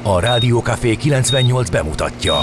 A Rádió Café 98 bemutatja.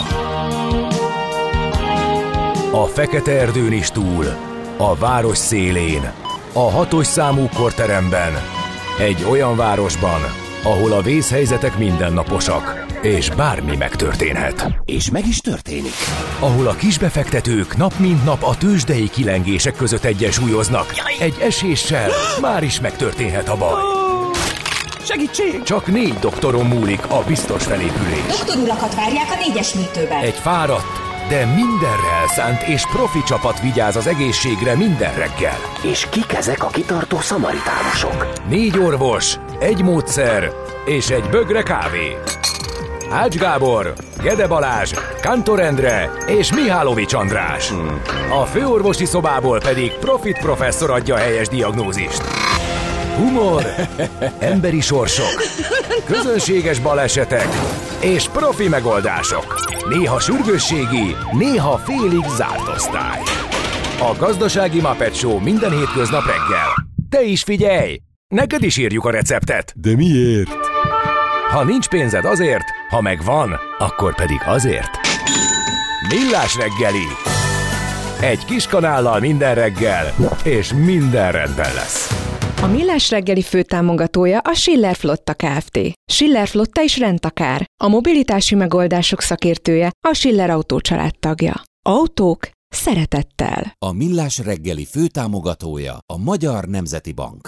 A fekete erdőn is túl, a város szélén, a 6. számú korteremben, egy olyan városban, ahol a vészhelyzetek mindennaposak, és bármi megtörténhet. És meg is történik. Ahol a kisbefektetők nap mint nap a tőzsdei kilengések között egyensúlyoznak. Egy eséssel már is megtörténhet a baj. Segítség! Csak 4 doktoron múlik a biztos felépülés. Doktor urakat várják a 4-es műtőben. Egy fáradt, de mindenre elszánt és profi csapat vigyáz az egészségre minden reggel. És kik ezek a kitartó szamaritánusok? 4 orvos, egy módszer és egy bögre kávé. Ács Gábor, Gede Balázs, Kántor Endre és Mihálovics András. A főorvosi szobából pedig Profit professzor adja a helyes diagnózist. Humor, emberi sorsok, közönséges balesetek és profi megoldások. Néha sürgősségi, néha félig zárt osztály. A Gazdasági Muppet Show minden hétköznap reggel. Te is figyelj! Neked is írjuk a receptet. De miért? Ha nincs pénzed azért, ha megvan, akkor pedig azért. Millás reggeli. Egy kis kanállal minden reggel, és minden rendben lesz. A Millás reggeli főtámogatója a Schiller Flotta Kft. Schiller Flotta is rendtakár. A mobilitási megoldások szakértője, a Schiller Autó család tagja. Autók szeretettel. A Millás reggeli főtámogatója a Magyar Nemzeti Bank.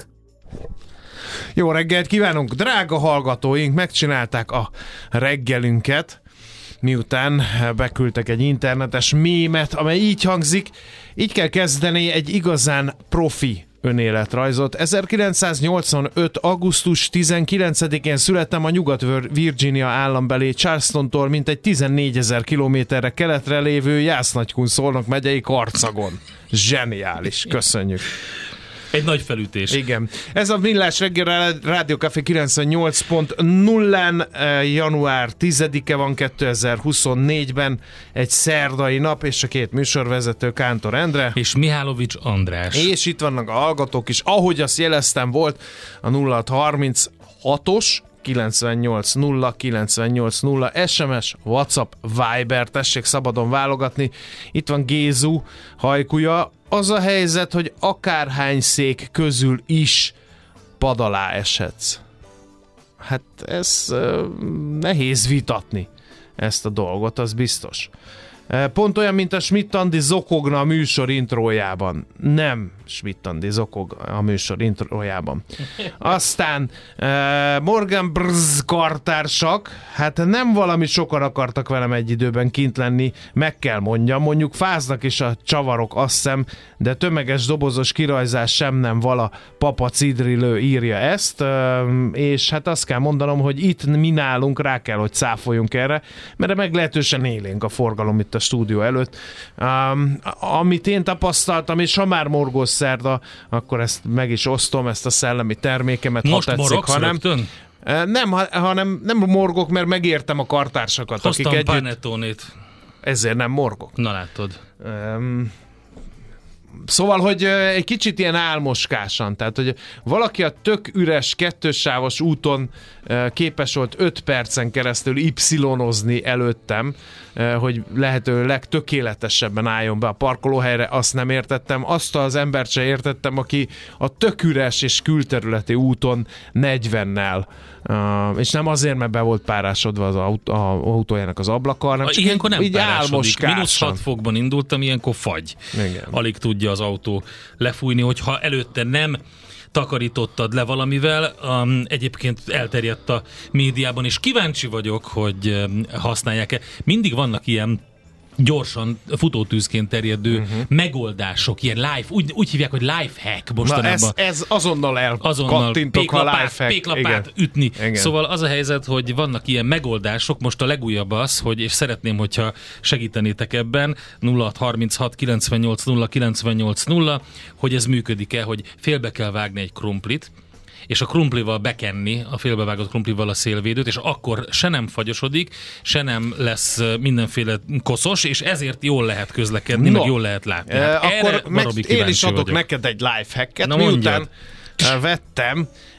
Jó reggelt kívánunk, drága hallgatóink, megcsinálták a reggelünket, miután beküldtek egy internetes mémet, amely így hangzik: így kell kezdeni egy igazán profi önéletrajzot. 1985. augusztus 19-én születtem a Nyugat-Virginia állambeli Charlestontól mintegy 14 000 kilométerre keletre lévő Jász-Nagykun Szolnok megyei Karcagon. Zseniális, köszönjük. Egy nagy felütés. Igen. Ez a Millás reggel Rádió Café 98.0-án január 10-e van 2024-ben, egy szerdai nap, és a 2 műsorvezető, Kántor Endre és Mihálovics András. És itt vannak a hallgatók is, ahogy azt jeleztem, volt a 0636-os 980980 SMS, WhatsApp, Viber, tessék szabadon válogatni. Itt van Gézu hajkuja. Az a helyzet, hogy akárhány szék közül is pad alá eshetsz. Hát ez nehéz vitatni, ezt a dolgot, az biztos. Pont olyan, mint a Schmidt-Andi zokogna a műsor intrójában. Nem Schmidt-Andi zokog a műsor intrójában. Aztán Morgan Brz kartársak, hát nem valami sokan akartak velem egy időben kint lenni, meg kell mondjam, mondjuk fáznak is a csavarok, azt hiszem, de tömeges dobozos kirajzás sem nem vala, Papa Cidrilő írja ezt, és hát azt kell mondanom, hogy itt mi nálunk rá kell, hogy cáfoljunk erre, mert meglehetősen élénk a forgalom itt a stúdió előtt. Amit én tapasztaltam, és ha már morgós szerda, akkor ezt meg is osztom, ezt a szellemi termékemet, most ha tetszik, hanem nem morgok, mert megértem a kartársakat, hoztam akik együtt... Panettónét. Ezért nem morgok. Na látod. Szóval, hogy egy kicsit ilyen álmoskásan, tehát, hogy valaki a tök üres, 2-sávos úton képes volt 5 percen keresztül y-ozni előttem, hogy lehető legtökéletesebben álljon be a parkolóhelyre, azt nem értettem. Azt az embert se értettem, aki a tök üres és külterületi úton 40-nel, és nem azért, mert be volt párásodva az autójának az ablaka, hanem csak ilyenkor nem így párásodik. -6 fokban indultam, ilyenkor fagy. Igen. Alig tudja az autó lefújni, hogyha előtte nem takarítottad le valamivel. Egyébként elterjedt a médiában, és kíváncsi vagyok, hogy használják-e. Mindig vannak ilyen gyorsan futótűzként terjedő megoldások, ilyen life, úgy hívják, hogy life hack mostanában. Na ez azonnal elkattintok a life hack. Péklapát ütni. Igen. Szóval az a helyzet, hogy vannak ilyen megoldások, most a legújabb az, hogy, és szeretném, hogyha segítenétek ebben, 0636 98 0 98 0, hogy ez működik-e, hogy félbe kell vágni egy krumplit, és a krumplival bekenni, a félbevágott krumplival a szélvédőt, és akkor se nem fagyosodik, se nem lesz mindenféle koszos, és ezért jól lehet közlekedni, meg jól lehet látni. Hát akkor én is adok neked egy life hacket, miután vettem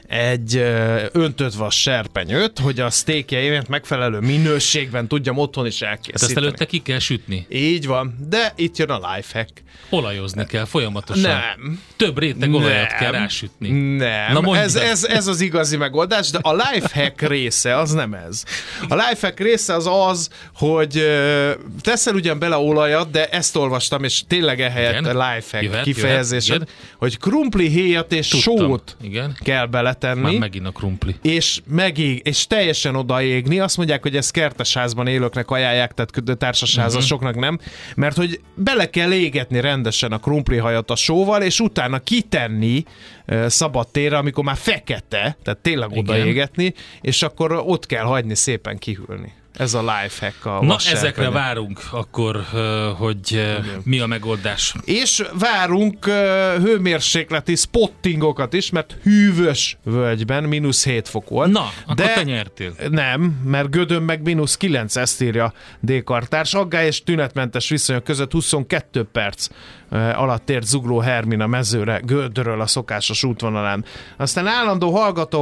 egy öntött vas serpenyőt, hogy a sztékjeimet megfelelő minőségben tudjam otthon is elkészíteni. Ezt előtte ki kell sütni. Így van, de itt jön a lifehack. Olajozni kell folyamatosan. Nem. Több réteg olajat kell rásütni. Nem, Na ez az igazi megoldás, de a lifehack része az nem ez. A lifehack része az, hogy teszel ugyan bele olajat, de ezt olvastam, és tényleg ehelyett a lifehack kifejezésed, hogy krumplihéjat és sót kell beletenni. Már megint a krumpli. És és teljesen odaégni. Azt mondják, hogy ezt kertesházban élőknek ajánlják, tehát társasházasoknak nem, mert hogy bele kell égetni rendesen a krumplihajat a sóval, és utána kitenni szabad térre, amikor már fekete, tehát tényleg odaégetni, és akkor ott kell hagyni szépen kihűlni. Ez a lifehack a Na, ezekre várunk akkor, hogy mi a megoldás. És várunk hőmérsékleti spottingokat is, mert hűvös völgyben -7 fok volt. Na, akkor te nyertél. Nem, mert Gödön meg -9, ezt írja D-kartárs. Aggály és tünetmentes viszonyok között 22 perc alatt ért Zugló Hermina mezőre Gödről a szokásos útvonalán. Aztán állandó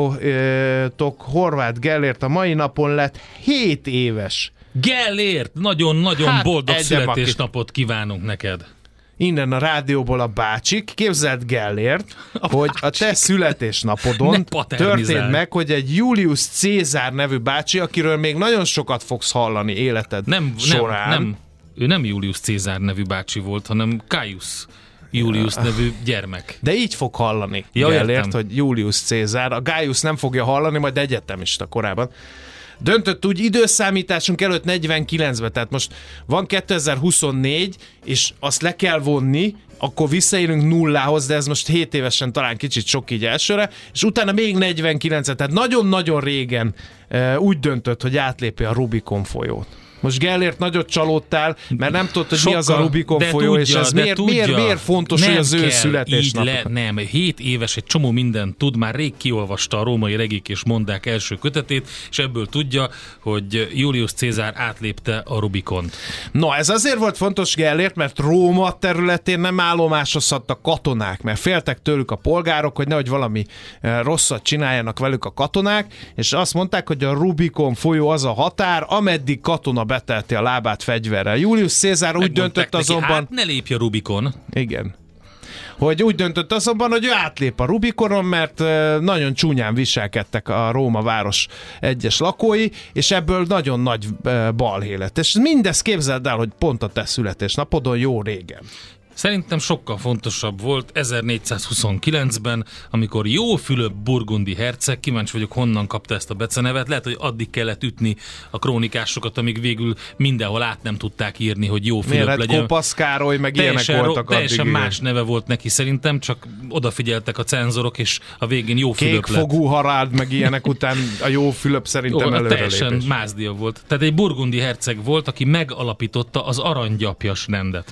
hallgatótok Horváth Gellért a mai napon lett 7 éves. Gellért! Nagyon-nagyon boldog születésnapot kívánunk neked. Innen a rádióból a bácsik. Képzeld Gellért, hogy a te születésnapodon történt meg, hogy egy Julius Cézár nevű bácsi, akiről még nagyon sokat fogsz hallani életed során. Nem. Ő nem Julius Cézár nevű bácsi volt, hanem Caius Julius nevű gyermek. De így fog hallani Gellért, hogy Julius Cézár. A Gaius nem fogja hallani, majd egyetemista korában. Döntött úgy időszámításunk előtt 49-ben, tehát most van 2024, és azt le kell vonni, akkor visszaérünk nullához, de ez most 7 évesen talán kicsit sok így elsőre, és utána még 49, tehát nagyon-nagyon régen úgy döntött, hogy átlépi a Rubikon folyót. Most Gellért nagyot csalódtál, mert nem tudod, hogy mi az a Rubikon folyó, és ez miért fontos, nem hogy az ő születésnapja. Nem, 7 éves, egy csomó mindent tud, már rég kiolvasta a Római Regék és Mondák első kötetét, és ebből tudja, hogy Julius Cézár átlépte a Rubikont. No, ez azért volt fontos Gellért, mert Róma területén nem állomásozhattak katonák, mert féltek tőlük a polgárok, hogy nehogy valami rosszat csináljanak velük a katonák, és azt mondták, hogy a Rubikon folyó az a határ, ameddig katona betelti a lábát fegyverrel. Julius Cézár úgy döntött azonban... ne lépj a Rubikon. Igen. Hogy úgy döntött azonban, hogy ő átlép a Rubikonon, mert nagyon csúnyán viselkedtek a Róma város egyes lakói, és ebből nagyon nagy balhé lett. És mindezt képzeld el, hogy pont a te születésnapodon jó régen. Szerintem sokkal fontosabb volt 1429-ben, amikor Jó Fülöp burgundi herceg, kíváncsi vagyok, honnan kapta ezt a becenevet, lehet, hogy addig kellett ütni a krónikásokat, amíg végül mindenhol át nem tudták írni, hogy Jó Fülöp legyen. Kopasz Károly, meg ilyenek voltak teljesen addig. Más neve volt neki szerintem, csak odafigyeltek a cenzorok, és a végén Jó Fülöp lett. Kékfogú Haráld, meg ilyenek után a Jó Fülöp szerintem előrelépés. Teljesen mázdia volt. Tehát egy burgundi herceg volt, aki megalapította az aranygyapjas rendet.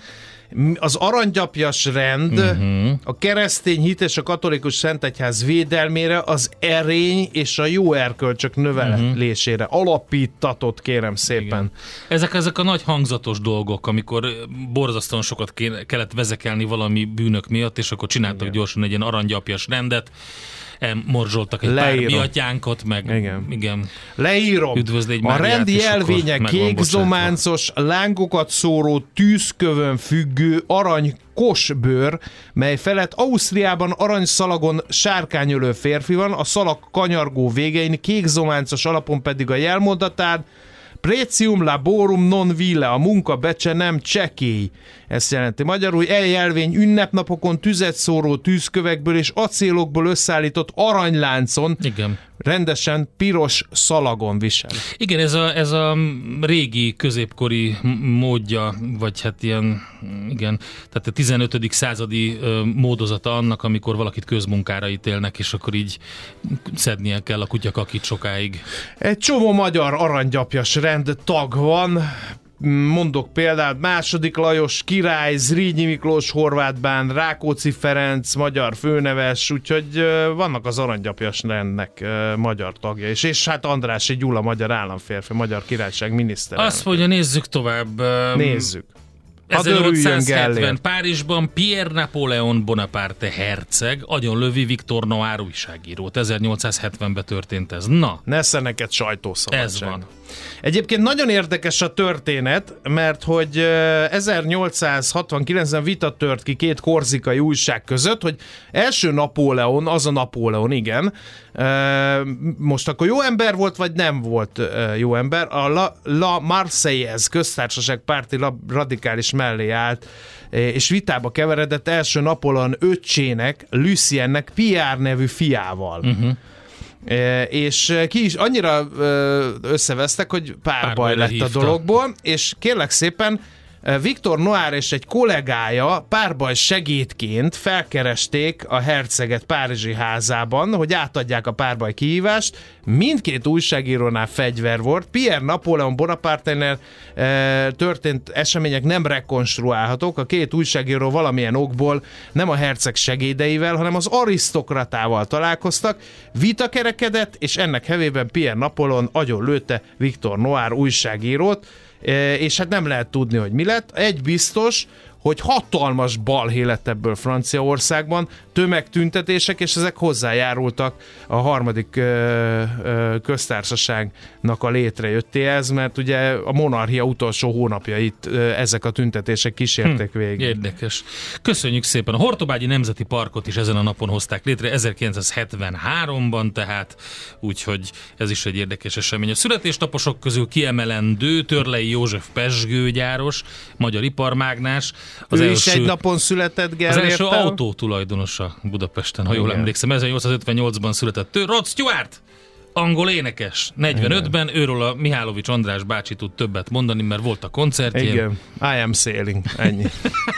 Az aranygyapjas rend a keresztény hit és a katolikus szentegyház védelmére, az erény és a jó erkölcsök növelésére alapítatott, kérem szépen. Igen. Ezek a nagy hangzatos dolgok, amikor borzasztóan sokat kellett vezekelni valami bűnök miatt, és akkor csináltak gyorsan egy ilyen aranygyapjas rendet, morzsoltak egy pár miatyánkot, meg igen. Leírom. A rendi jelvények kékzománcos, lángokat szóró, tűzkövön függő arany kosbőr, mely felett Ausztriában aranyszalagon sárkányölő férfi van, a szalag kanyargó végein kékzománcos alapon pedig a jelmondatán Pretium laborum non vile, a munka becse nem csekély. Ezt jelenti magyarul, eljelvény ünnepnapokon tüzet szóró tűzkövekből és acélokból összeállított aranyláncon, rendesen piros szalagon visel. Igen, ez a régi középkori módja, vagy hát ilyen, igen, tehát a 15. századi módozata annak, amikor valakit közmunkára ítélnek, és akkor így szednie kell a kutyakakit sokáig. Egy csomó magyar aranygyapjas rend tag van, mondok példát, második Lajos király, Zrínyi Miklós Horvátbán, Rákóczi Ferenc, magyar főneves, úgyhogy vannak az aranygyapjas rendnek magyar tagja is, és hát Andrássy Gyula, magyar államférfi, magyar királyság miniszterelnök. Azt mondja, nézzük tovább. Nézzük. 1870 Párizsban Pierre Napoleon Bonaparte herceg agyonlövi Viktor Noir újságírót. 1870-ben történt ez. Na. Nesze neked sajtószabadság. Ez van. Egyébként nagyon érdekes a történet, mert hogy 1869-ben vita tört ki két korzikai újság között, hogy első Napóleon, az a Napóleon, igen, most akkor jó ember volt, vagy nem volt jó ember, a La Marseillaise köztársaság párti radikális mellé állt, és vitába keveredett első Napóleon öccsének, Luciennek, Pierre nevű fiával. És ki is annyira összevesztek, hogy párbaj lett a dologból, és kérlek szépen Viktor Noir és egy kollégája párbaj segédként felkeresték a herceget párizsi házában, hogy átadják a párbaj kihívást. Mindkét újságírónál fegyver volt. Pierre Napoleon Bonaparte-nél történt események nem rekonstruálhatók. A két újságíró valamilyen okból nem a herceg segédeivel, hanem az arisztokratával találkoztak. Vita kerekedett, és ennek hevében Pierre Napoleon agyonlőtte Viktor Noir újságírót, és hát nem lehet tudni, hogy mi lett. Egy biztos, hogy hatalmas balhé lett ebből Franciaországban, tömegtüntetések, és ezek hozzájárultak a harmadik köztársaságnak a létrejöttéhez, mert ugye a monarchia utolsó hónapjait ezek a tüntetések kísérték végig. Érdekes. Köszönjük szépen. A Hortobágyi Nemzeti Parkot is ezen a napon hozták létre, 1973-ban tehát, úgyhogy ez is egy érdekes esemény. A születésnaposok közül kiemelendő Törlei József pezsgőgyáros, magyar iparmágnás. Az ő is egy napon született, Gellértel. Az első autó tulajdonosa Budapesten, ha jól emlékszem. 1858-ban született ő. Rod Stewart, angol énekes. 45-ben őről a Mihálovics András bácsi tud többet mondani, mert volt a koncertjén. Igen, I am sailing, ennyi.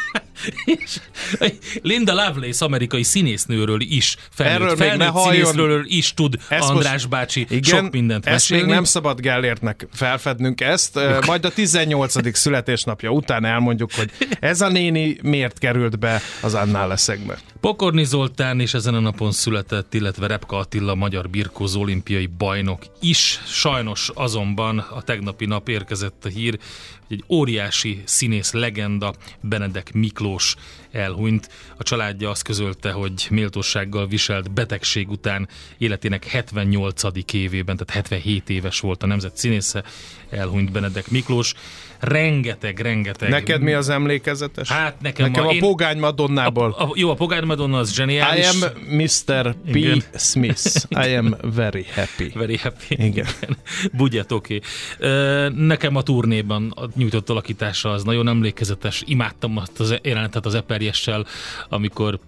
Linda Lovelace amerikai színésznőről is felnőtt színésznőről is tud András bácsi sok mindent mesélni. Ezt még nem szabad Gellértnek felfednünk ezt, majd a 18. születésnapja után elmondjuk, hogy ez a néni miért került be az Annál leszekbe. Pokorni Zoltán is ezen a napon született, illetve Repka Attila magyar birkózó olimpiai bajnok is. Sajnos azonban a tegnapi nap érkezett a hír, hogy egy óriási színész legenda, Benedek Miklós elhunyt. A családja azt közölte, hogy méltósággal viselt betegség után életének 78. évében, tehát 77 éves volt a nemzet színésze, elhunyt Benedek Miklós. Rengeteg. Neked mi az emlékezetes? Hát nekem a Pogány Madonnából. Jó, a Pogány Madonna az zseniális. I am Mr. P. Igen. Smith. I am very happy. Very happy. Igen. Budget, oké. Nekem a turnéban a nyújtott alakítása az nagyon emlékezetes. Imádtam azt az jelenetet az Eperjessel, amikor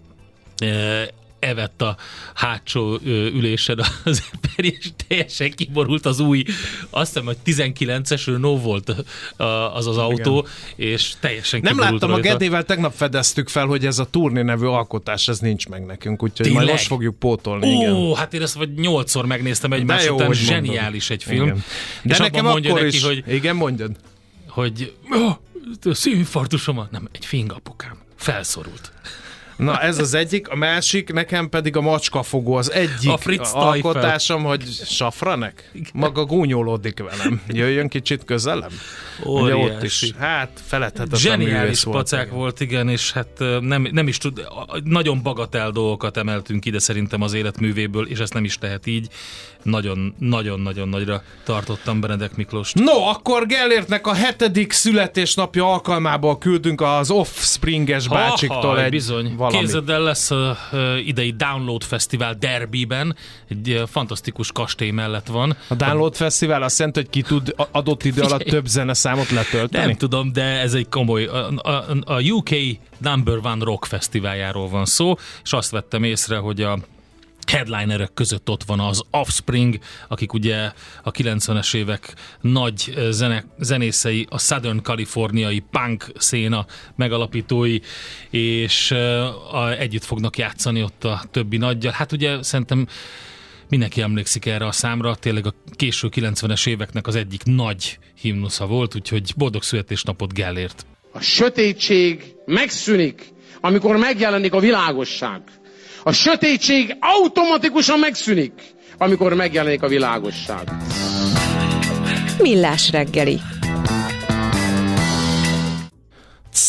evett a hátsó ülésen az ember, és teljesen kiborult az új, azt hiszem, hogy 19-es Renault volt az autó, igen. És teljesen nem kiborult láttam, rajta. A Gedivel tegnap fedeztük fel, hogy ez a turné nevű alkotás, ez nincs meg nekünk, úgyhogy majd most fogjuk pótolni. Ó, hát én ezt vagy 8-szor megnéztem egymás után, zseniális egy film. Igen. De és nekem mondja akkor neki, is, hogy igen, mondjad. Hogy szívinfarktusom van. Nem, egy fingapukám. Felszorult. Na ez az egyik, a másik, nekem pedig a macskafogó az egyik alkotásom, hogy Safranek? Maga gúnyolódik velem. Jöjjön kicsit közelem. Ott is. Hát feledhetetlen zseniális pacák volt, igen, és hát nem is tud, nagyon bagatel dolgokat emeltünk ide szerintem az életművéből, és ezt nem is tehet így. Nagyon-nagyon nagyra tartottam Benedek Miklóst. No, akkor Gellértnek a 7. születésnapja alkalmából küldünk az Offspringes bácsiktól egy bizony. valamit. Képzeld el, lesz idei Download Fesztivál Derbyben, egy fantasztikus kastély mellett van. A Download Fesztivál azt jelenti, hogy ki tud adott idő alatt több zeneszámot letölteni? Nem tudom, de ez egy komoly, a UK Number One Rock Fesztiváljáról van szó, és azt vettem észre, hogy a headlinerek között ott van az Offspring, akik ugye a 90-es évek nagy zenészei, a Southern Californiai punk széna megalapítói, és együtt fognak játszani ott a többi nagyjal. Hát ugye szerintem mindenki emlékszik erre a számra, tényleg a késő 90-es éveknek az egyik nagy himnusza volt, úgyhogy boldog születésnapot Gellért! A sötétség megszűnik, amikor megjelenik a világosság. A sötétség automatikusan megszűnik, amikor megjelenik a világosság. Millás reggeli.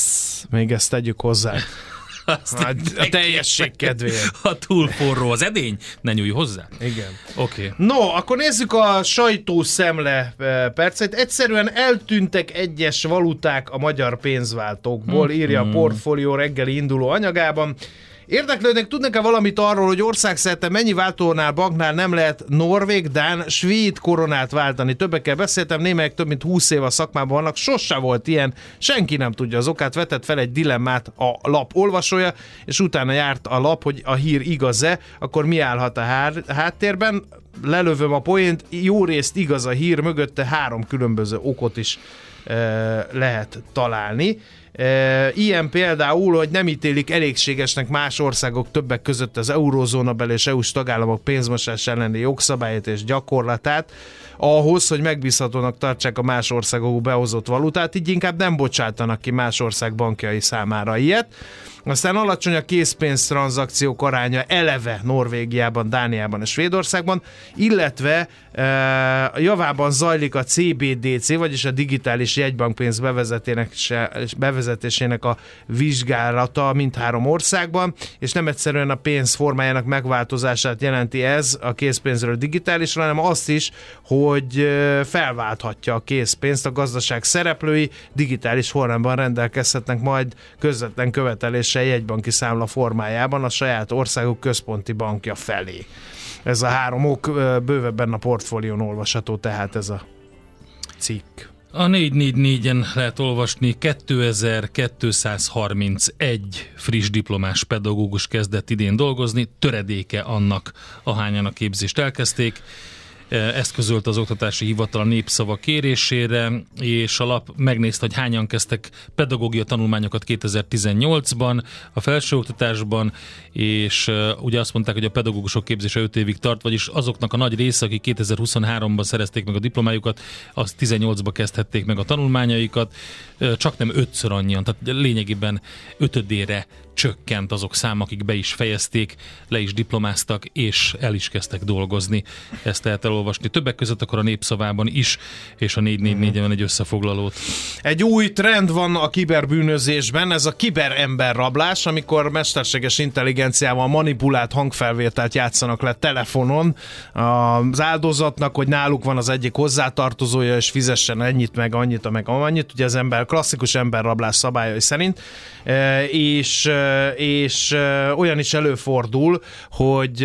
még ezt tegyük hozzá. A teljesség kedvéért. Ha túl forró az edény, ne nyújj hozzá. Igen. Oké. No, akkor nézzük a sajtószemle percet. Egyszerűen eltűntek egyes valuták a magyar pénzváltókból, írja a Portfólió reggeli induló anyagában. Érdeklődnek, tudnak-e valamit arról, hogy országszerte mennyi váltónál, banknál nem lehet norvég, dán, svéd koronát váltani? Többekkel beszéltem, némelyek több mint 20 év a szakmában vannak, sose volt ilyen, senki nem tudja az okát, vetett fel egy dilemmát a lap olvasója, és utána járt a lap, hogy a hír igaz-e, akkor mi állhat a háttérben? Lelövöm a poént, jó részt igaz a hír, mögötte 3 különböző okot is lehet találni. Ilyen például, hogy nem ítélik elégségesnek más országok, többek között az eurózónabeli és EU-s tagállamok pénzmosás elleni jogszabályát és gyakorlatát, ahhoz, hogy megbízhatónak tartsák a más országok behozott valutát, így inkább nem bocsátanak ki más ország bankjai számára ilyet. Aztán alacsony a készpénztranzakciók aránya eleve Norvégiában, Dániában és Svédországban, illetve javában zajlik a CBDC, vagyis a digitális jegybankpénz bevezetésének a vizsgálata mindhárom országban, és nem egyszerűen a pénz formájának megváltozását jelenti ez a készpénzről digitálisra, hanem azt is, hogy felválthatja a készpénzt, a gazdaság szereplői digitális formában rendelkezhetnek majd közvetlen követeléssel jegybanki számla formájában a saját országuk központi bankja felé. Ez a 3 ok bővebben a Portfólión olvasható, tehát ez a cikk. A 444-en lehet olvasni, 2231 friss diplomás pedagógus kezdett idén dolgozni, töredéke annak, ahányan a képzést elkezdték. Ezt közölt az Oktatási Hivatal a Népszava kérésére, és a lap megnézte, hogy hányan kezdtek pedagógia tanulmányokat 2018-ban a felsőoktatásban, és ugye azt mondták, hogy a pedagógusok képzése 5 évig tart, vagyis azoknak a nagy része, akik 2023-ban szerezték meg a diplomájukat, az 18-ba kezdhették meg a tanulmányaikat, csak nem 5-ször annyian, tehát lényegében 5-ödére csökkent azok szám, akik be is fejezték, le is diplomáztak, és el is kezdtek dolgozni. Ezt lehet elolvasni többek között akkor a Népszavában is, és a 444-en egy összefoglalót. Egy új trend van a kiberbűnözésben, ez a kiberemberrablás, amikor mesterséges intelligenciával manipulált hangfelvételt játszanak le telefonon az áldozatnak, hogy náluk van az egyik hozzátartozója, és fizessen ennyit, meg annyit, meg annyit, ugye az klasszikus emberrablás szabályai szerint, és olyan is előfordul, hogy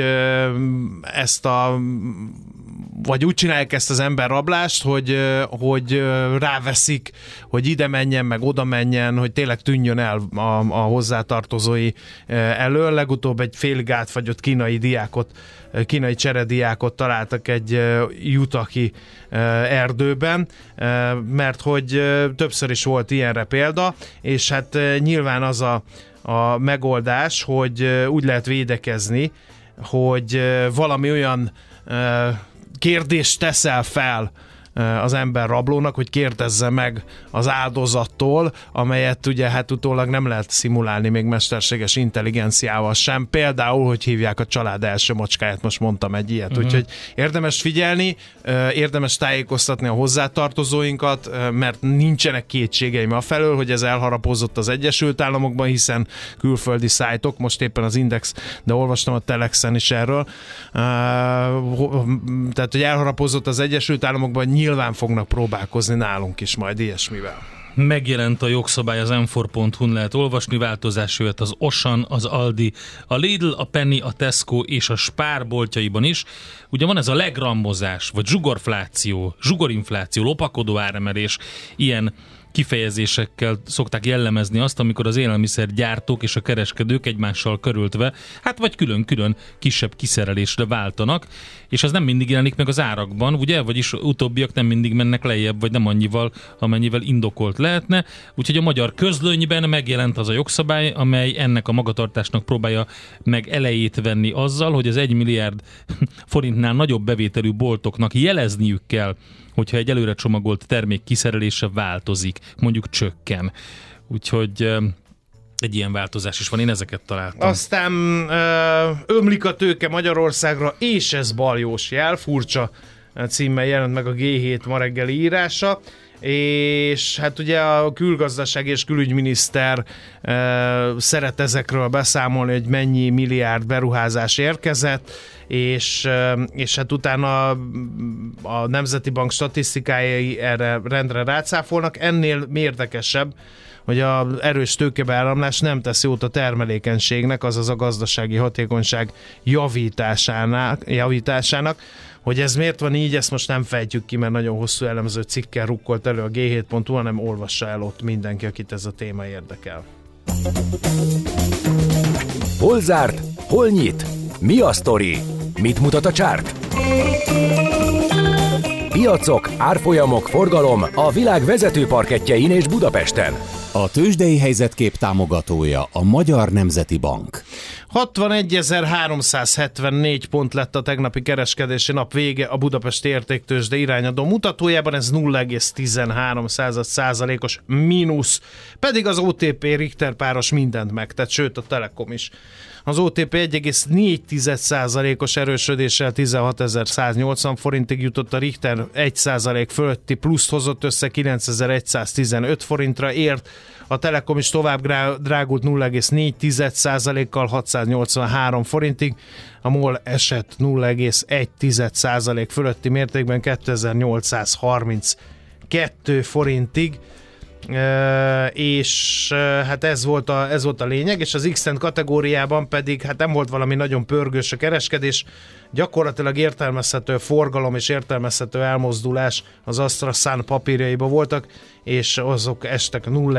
vagy úgy csinálják ezt az emberrablást, hogy ráveszik, hogy ide menjen, meg oda menjen, hogy tényleg tűnjön el a hozzátartozói elől. Legutóbb egy félig átfagyott kínai cserediákot találtak egy utaki erdőben, mert hogy többször is volt ilyenre példa, és hát nyilván az a megoldás, hogy úgy lehet védekezni, hogy valami olyan kérdést teszel fel az ember rablónak, hogy kérdezze meg az áldozattól, amelyet ugye hát utólag nem lehet szimulálni még mesterséges intelligenciával sem. Például, hogy hívják a család első macskáját, most mondtam egy ilyet. Úgyhogy érdemes figyelni, érdemes tájékoztatni a hozzátartozóinkat, mert nincsenek kétségeim afelől, hogy ez elharapózott az Egyesült Államokban, hiszen külföldi szájtok, most éppen az Index, de olvastam a Telexen is erről, tehát, hogy elharapózott az Egyesült Államokban, nyilván fognak próbálkozni nálunk is majd ilyesmivel. Megjelent a jogszabály, az m4.hu-n lehet olvasni, változás jöhet az Auchan, az Aldi, a Lidl, a Penny, a Tesco és a Spar boltjaiban is. Ugye van ez a legrambozás, vagy zsugorinfláció, lopakodó áremelés, ilyen kifejezésekkel szokták jellemezni azt, amikor az élelmiszergyártók és a kereskedők egymással körültve, hát vagy külön-külön kisebb kiszerelésre váltanak, és ez nem mindig jelenik meg az árakban, ugye? Vagyis utóbbiak nem mindig mennek lejjebb, vagy nem annyival, amennyivel indokolt lehetne. Úgyhogy a magyar közlönyben megjelent az a jogszabály, amely ennek a magatartásnak próbálja meg elejét venni azzal, hogy az 1 milliárd forintnál nagyobb bevételű boltoknak jelezniük kell, hogyha egy előre csomagolt termék kiszerelése változik, mondjuk csökken. Úgyhogy egy ilyen változás is van, én ezeket találtam. Aztán ömlik a tőke Magyarországra, és ez baljós jel, furcsa címmel jelent meg a G7 ma reggeli írása, és hát ugye a külgazdaság és külügyminiszter szeret ezekről beszámolni, hogy mennyi milliárd beruházás érkezett, és hát utána a Nemzeti Bank statisztikái erre rendre rácáfolnak. Ennél érdekesebb, hogy az erős tőkebeáramlás nem tesz jót a termelékenységnek, azaz a gazdasági hatékonyság javításának. Hogy ez miért van így, ezt most nem fejtjük ki, mert nagyon hosszú elemző cikkel rukkolt elő a G7.hu, hanem olvassa el ott mindenki, akit ez a téma érdekel. Hol zárt? Hol nyit? Mi a sztori? Mit mutat a csárt? Piacok, árfolyamok, forgalom a világ vezető parkettjein és Budapesten. A tőzsdei helyzetkép támogatója a Magyar Nemzeti Bank. 61.374 pont lett a tegnapi kereskedési nap vége a Budapesti Értéktőzsde irányadó mutatójában, ez 0,13%-os mínusz, pedig az OTP Richter páros mindent megtett, sőt a Telekom is. Az OTP 1,4%-os erősödéssel 16.180 forintig jutott, a Richter 1% fölötti pluszt hozott össze, 9.115 forintra ért, a Telekom is tovább drágult 0,4%-kal 683 forintig, a MOL esett 0,1% fölötti mértékben 2832 forintig, és hát ez volt a lényeg, és az X-Tent kategóriában pedig hát nem volt valami nagyon pörgős a kereskedés, gyakorlatilag értelmezhető forgalom és értelmezhető elmozdulás az AstraZan papírjaiba voltak, és azok estek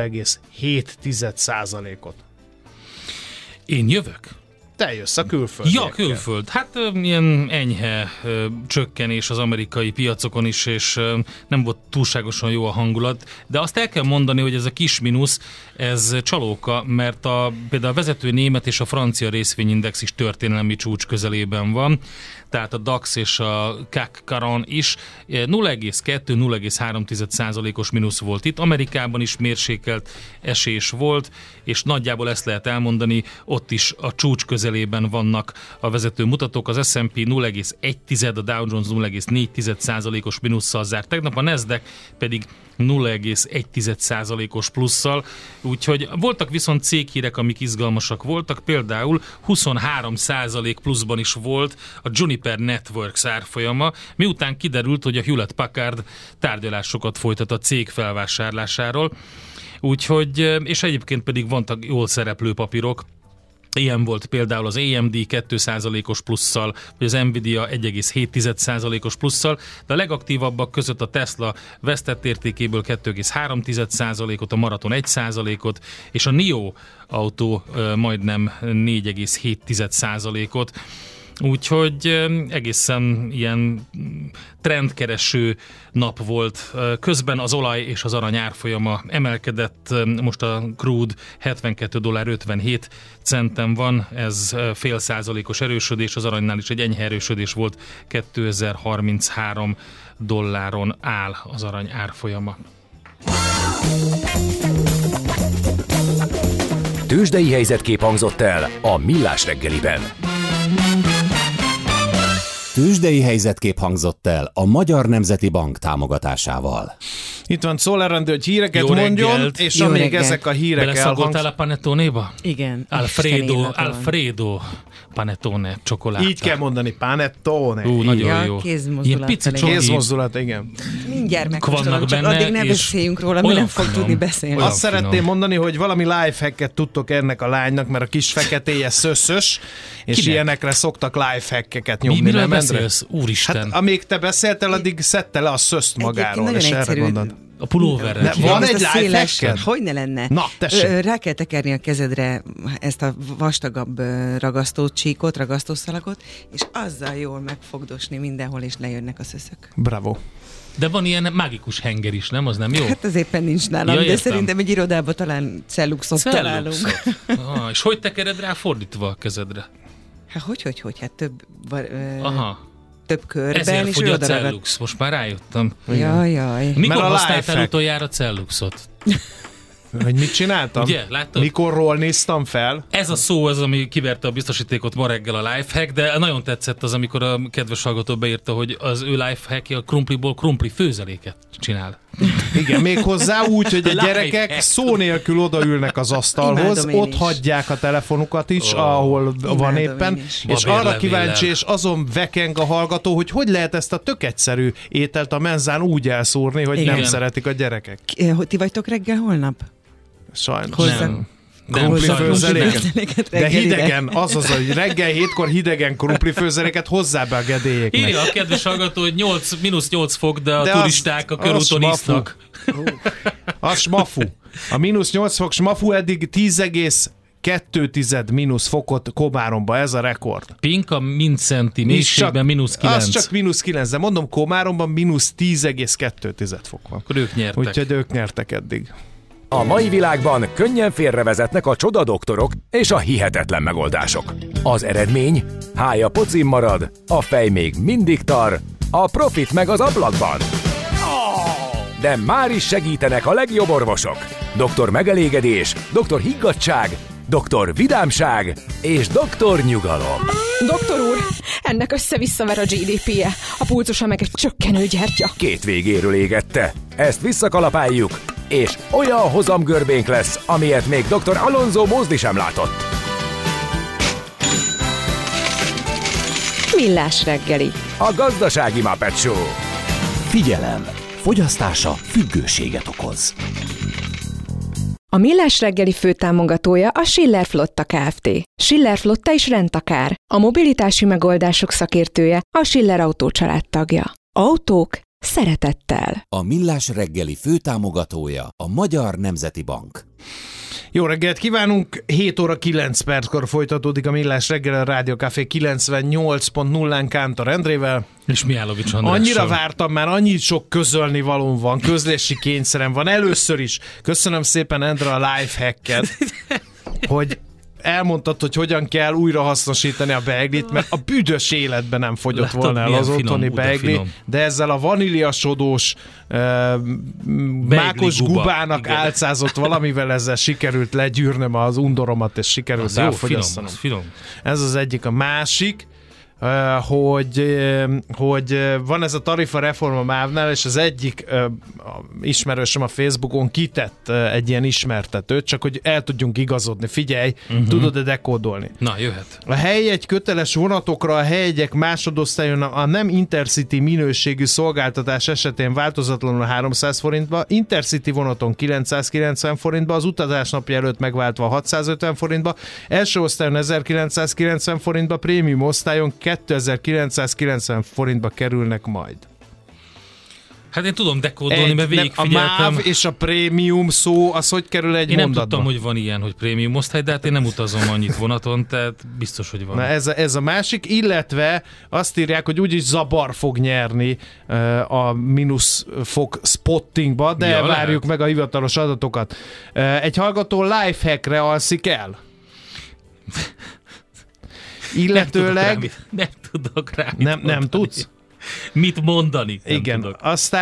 0,7%-ot. Én jövök? Te jössz a külföldiekkel. Ja, külföld. Hát ilyen enyhe csökkenés az amerikai piacokon is, és nem volt túlságosan jó a hangulat, de azt el kell mondani, hogy ez a kis mínusz, ez csalóka, mert például a vezető német és a francia részvényindex is történelmi csúcs közelében van, tehát a DAX és a CAC 40 is 0,2-0,3%-os mínusz volt itt. Amerikában is mérsékelt esés volt, és nagyjából ezt lehet elmondani, ott is a csúcs közelében vannak a vezető mutatók. Az S&P 0,1, a Dow Jones 0,4%-os mínusszal zárt tegnap, a Nasdaq pedig 0,1%-os plusszal, úgyhogy voltak viszont céghírek, amik izgalmasak voltak, például 23% pluszban is volt a Juniper Networks árfolyama, miután kiderült, hogy a Hewlett Packard tárgyalásokat folytat a cég felvásárlásáról, úgyhogy, és egyébként pedig vannak jól szereplő papírok. Ilyen volt például az AMD 2%-os plusszal, vagy az Nvidia 1,7%-os plusszal, de a legaktívabbak között a Tesla vesztett értékéből 2,3%-ot, a Marathon 1%-ot, és a NIO autó majdnem 4,7%-ot. Úgyhogy egészen ilyen trendkereső nap volt. Közben az olaj és az arany árfolyama emelkedett, most a crude $72.57 van, ez fél százalékos erősödés, az aranynál is egy enyhe erősödés volt, $2033 áll az arany árfolyama. Tőzsdei helyzetkép hangzott el a Millás reggeliben. Tőzsdei helyzetkép hangzott el a Magyar Nemzeti Bank támogatásával. Itt van Czoller Andi, hogy híreket Jó mondjon, reggelt. és Jó amíg reggelt. ezek a hírek Beleszagoltál a Panettónéba? Igen. Alfredo Panettone csokoládé. Így kell mondani, panettone. Nagyon jó. Kézmozdulat. Ilyen pici elég. csoki. Kézmozdulat, igen. Mindjárt vannak megkóstolom, csak benne, addig ne és beszéljünk róla, mi olyan nem fog finom. tudni beszélni. Olyan Azt szeretném finom. mondani, hogy valami lifehacket tudtok ennek a lánynak, mert a kis feketéje szöszös, és Kinek? ilyenekre szoktak lifehackeket nyomni. Miről nem, Endre? beszélsz? Úristen. Hát amíg te beszéltél, addig szedte le a szöszt magáról, Egyébként és nagyon erre egyszerű. gondolt. A pulóverrel. Ne, csinálom. van Ezt egy a széles, lifehacked? hogy ne lenne. Na, tessék. Rá kell tekerni a kezedre ezt a vastagabb ragasztócsíkot, ragasztószalagot, és azzal jól megfogdosni mindenhol, és lejönnek a szöszök. Bravo. De van ilyen mágikus henger is, nem? Az nem jó? Hát az éppen nincs nálam, Ja, de értem. szerintem egy irodában talán celluxot találunk. Ah, és hogy tekered rá fordítva a kezedre? Hát hogy? Hát Aha. több körben, Ezért és fogy ő a oda ragad. cellux. Most már rájöttem. Jaj. Mikor Mert a használtál lifehack. utoljára celluxot? Hogy mit csináltam? Ugye, láttad? Mikorról néztem fel? Ez a szó az, ami kiverte a biztosítékot ma reggel a lifehack, de nagyon tetszett az, amikor a kedves hallgató beírta, hogy az ő lifehackja a krumpliból krumpli főzeléket csinál. Igen, még hozzá úgy, hogy a gyerekek Lifehack. szó nélkül odaülnek az asztalhoz, Imádom én ott is. hagyják a telefonukat is, ahol van Imádom éppen, én is. és arra Babérlevéllel. kíváncsi, és azon vekeng a hallgató, hogy lehet ezt a tök egyszerű ételt a menzán úgy elszúrni, hogy nem Igen. szeretik a gyerekek. Ti vagytok reggel holnap? Sajnos. Hozzá- Nem. Krumpli sajnos főzeléket? nem. Főzeléket De reggelire. hidegen, azaz, hogy reggel 7-kor hidegen krumplifőzeléket hozzá be a gedélyéknek. Írja a kedves hallgató, hogy -8 fok, de a De turisták a körúton smafu. isznak. Az smafu. A -8 fok smafu eddig 10,2 mínusz fokot Komáromba, ez a rekord. Pinka Mincenti mélységben -9. Az csak -9, de mondom, Komáromban -10,2 fok van. Akkor ők nyertek. Úgyhogy ők nyertek eddig. A mai világban könnyen félrevezetnek a csodadoktorok és a hihetetlen megoldások. Az eredmény? Hája pocim marad, a fej még mindig tar, a profit meg az ablakban. De már is segítenek a legjobb orvosok. Doktor megelégedés, doktor higgadtság, doktor vidámság és doktor nyugalom. Doktor úr, ennek össze-visszaver a GDP-je, a pulzusa meg egy csökkenő gyertya. Két végéről égette. Ezt visszakalapáljuk, és olyan hozamgörbénk lesz, amilyet még dr. Alonso Mózdi sem látott. Millás reggeli. A gazdasági Muppet Show. Figyelem! Fogyasztása függőséget okoz. A Millás reggeli főtámogatója a Schiller Flotta Kft. Schiller Flotta is rendtakár. A mobilitási megoldások szakértője, a Schiller Autó családtagja. Autók szeretettel. A Millás reggeli főtámogatója a Magyar Nemzeti Bank. Jó reggelt kívánunk! 7 óra 9 perckor folytatódik a Millás reggel a Rádió Café 98.0-án Kántor Endrével. És Mihálovics Andrással. Annyira vártam már, annyi sok közölni valóm van, közlési kényszerem van. Először is köszönöm szépen, Endre, a lifehacket, hogy elmondtad, hogy hogyan kell újra hasznosítani a beiglit, mert a büdös életben nem fogyott Látod, volna el milyen az finom, otthoni de beigli, finom. de ezzel a vaníliasodós mákos guba, gubának igen. álcázott valamivel ezzel sikerült legyűrnöm az undoromat, és sikerült Az jó, finom, elfogyasztanom. az finom. Ez az egyik. A másik, hogy van ez a tarifa reform a MÁV-nál, és az egyik ismerősöm a Facebookon kitett egy ilyen ismertetőt, csak hogy el tudjunk igazodni. Figyelj, tudod-e dekódolni? Na, jöhet. A helyjegy köteles vonatokra a helyjegyek másodosztályon a nem Intercity minőségű szolgáltatás esetén változatlanul 300 forintba, Intercity vonaton 990 forintba, az utazás napja előtt megváltva 650 forintba, első osztályon 1990 forintba, prémium osztályon 2990 forintba kerülnek majd. Hát én tudom dekódolni, mert A végigfigyeltem. MÁV és a prémium szó, az hogy kerül egy Én nem mondatba? tudtam, hogy van ilyen, hogy prémium osztály, de hát én nem utazom annyit vonaton, tehát biztos, hogy van. Na ez a másik, illetve azt írják, hogy úgyis zabar fog nyerni a mínusz fok spottingba, de Ja, várjuk lehet. meg a hivatalos adatokat. Egy hallgató lifehackre alszik el. Illetőleg Nem tudok rá mit nem mondani. tudsz? Mit mondani? Nem Igen, tudok.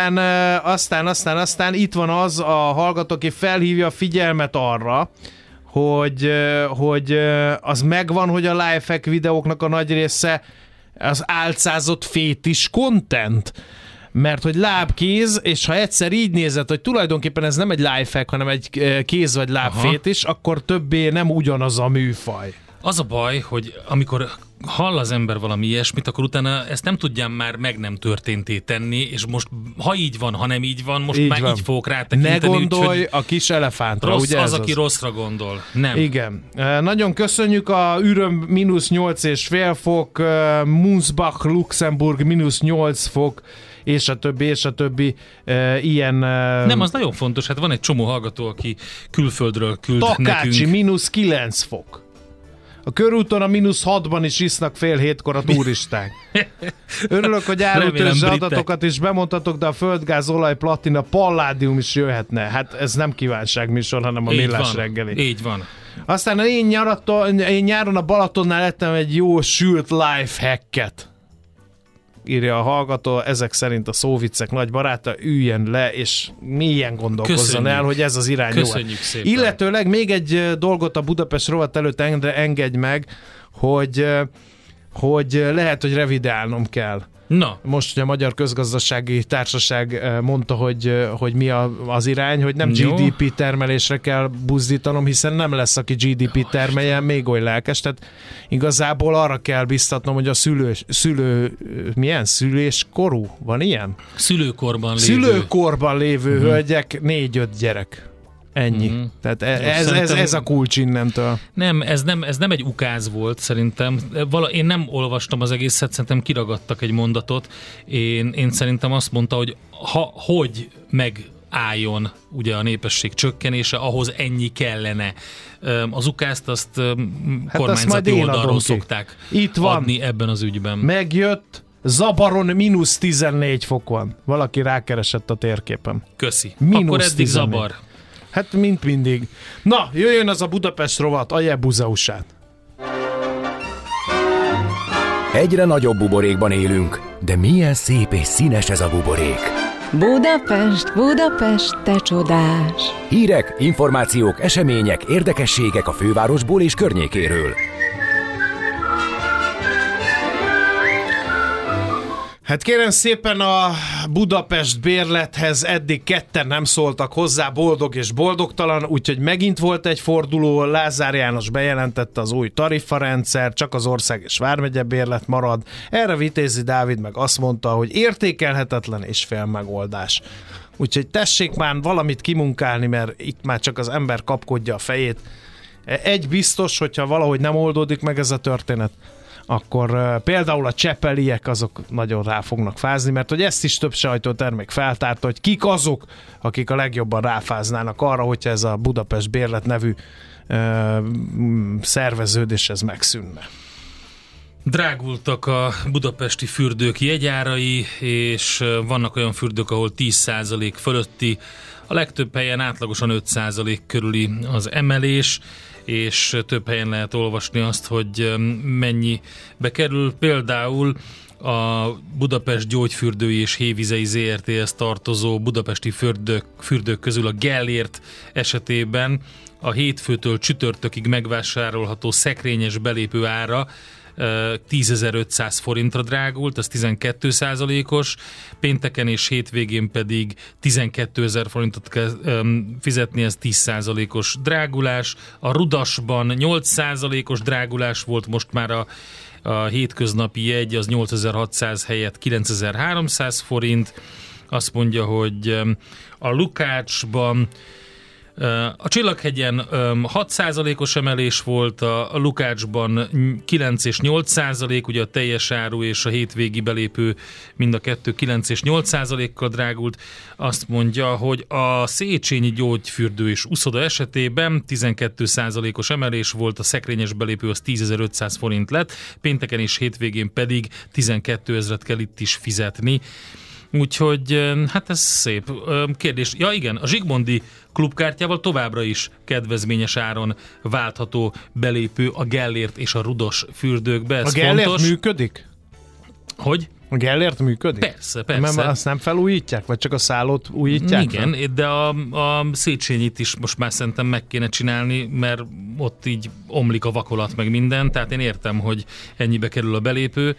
aztán itt van az a hallgató, aki felhívja a figyelmet arra, hogy az megvan, hogy a lifehack videóknak a nagy része az álcázott fétis content. Mert hogy lábkéz, és ha egyszer így nézed, hogy tulajdonképpen ez nem egy lifehack, hanem egy kéz vagy lábfétis, akkor többé nem ugyanaz a műfaj. Az a baj, hogy amikor hall az ember valami ilyesmit, akkor utána ezt nem tudjam már meg nem történté tenni, és most ha így van, ha nem így van, most Így már van. így fogok rátekinteni. Ne gondolj úgyhogy a kis elefántra, rossz ugye az, ez aki rosszra gondol. Nem. Igen. Nagyon köszönjük a üröm -8,5 fok, Munzbach, Luxemburg -8 fok, és a többi ilyen... Nem, az nagyon fontos, hát van egy csomó hallgató, aki külföldről küld Takácsi nekünk. -9 fok. A körúton a -6-ban is isznak fél hétkor a turisták. Örülök, hogy árutőzse Remélem, britek. adatokat is bemondhatok, de a földgáz, olaj, platina, palládium is jöhetne. Hát ez nem kívánságműsor, hanem a Így Millás van. reggeli. Így van. Aztán én nyáron a Balatonnál ettem egy jó sült lifehacket. írja a hallgató, ezek szerint a szóviccek nagy baráta, üljen le, és mélyen gondolkozzon el, hogy ez az irány jó. Köszönjük szépen. Illetőleg még egy dolgot a Budapest rovat előtt engedj meg, hogy lehet, hogy revidálnom kell. Na. Most, hogy a Magyar Közgazdasági Társaság mondta, hogy mi az irány, hogy nem GDP termelésre kell buzdítanom, hiszen nem lesz, aki GDP termeljen, még oly lelkes. Tehát igazából arra kell biztatnom, hogy a szüléskorú? Van ilyen? Szülőkorban lévő hölgyek 4-5 gyerek. Ennyi. Tehát ez a kulcs innentől. Nem, ez nem egy ukáz volt szerintem. Én nem olvastam az egészet, szerintem kiragadtak egy mondatot. Én szerintem azt mondta, hogy hogy megálljon ugye a népesség csökkenése, ahhoz ennyi kellene. Az ukázt azt kormányzati oldalról szokták itt van. Adni ebben az ügyben. Megjött, Zabaron -14 fok van. Valaki rákeresett a térképen. Köszi. Akkor eddig 14. Zabar. Hát mint mindig. Na, jöjjön az a Budapest rovat, a Jebuzeusát. Egyre nagyobb buborékban élünk, de milyen szép és színes ez a buborék. Budapest, Budapest, te csodás! Hírek, információk, események, érdekességek a fővárosból és környékéről. Hát kérem szépen, a Budapest bérlethez eddig ketten nem szóltak hozzá, boldog és boldogtalan, úgyhogy megint volt egy forduló, Lázár János bejelentette az új tarifarendszer, csak az ország és vármegye bérlet marad. Erre Vitézi Dávid meg azt mondta, hogy értékelhetetlen és fél megoldás. Úgyhogy tessék már valamit kimunkálni, mert itt már csak az ember kapkodja a fejét. Egy biztos, hogyha valahogy nem oldódik meg ez a történet, akkor például a csepeliek azok nagyon rá fognak fázni, mert hogy ezt is több sajtótermék feltárta, hogy kik azok, akik a legjobban ráfáznának arra, hogyha ez a Budapest bérlet nevű szerveződés ez megszűnne. Drágultak a budapesti fürdők jegyárai, és vannak olyan fürdők, ahol 10% fölötti, a legtöbb helyen átlagosan 5% körüli az emelés, és több helyen lehet olvasni azt, hogy mennyibe kerül. Például a Budapest Gyógyfürdői és Hévizei ZRT-hez tartozó budapesti fürdők közül a Gellért esetében a hétfőtől csütörtökig megvásárolható szekrényes belépő ára 10.500 forintra drágult, az 12%-os, pénteken és hétvégén pedig 12.000 forintot kell fizetni, ez 10%-os drágulás. A Rudasban 8%-os drágulás volt, most már a hétköznapi jegy az 8.600 helyett 9.300 forint. Azt mondja, hogy a Lukácsban a Csillaghegyen 6%-os emelés volt, a Lukácsban 9 és 8%, ugye a teljes áru és a hétvégi belépő mind a kettő 9 és 8%-kal drágult. Azt mondja, hogy a Széchenyi Gyógyfürdő és uszoda esetében 12%-os emelés volt, a szekrényes belépő az 10.500 forint lett, pénteken és hétvégén pedig 12.000-et kell itt is fizetni. Úgyhogy hát ez szép kérdés. Ja igen, a Zsigmondi klubkártyával továbbra is kedvezményes áron váltható belépő a Gellért és a Rudas fürdőkbe. Ez a Gellért fontos. Működik? Hogy? A Gellért működik? Persze. Mert azt nem felújítják? Vagy csak a szállót újítják? Igen, fel? De a Széchenyit is most már szerintem meg kéne csinálni, mert ott így omlik a vakolat meg minden, tehát én értem, hogy ennyibe kerül a belépő,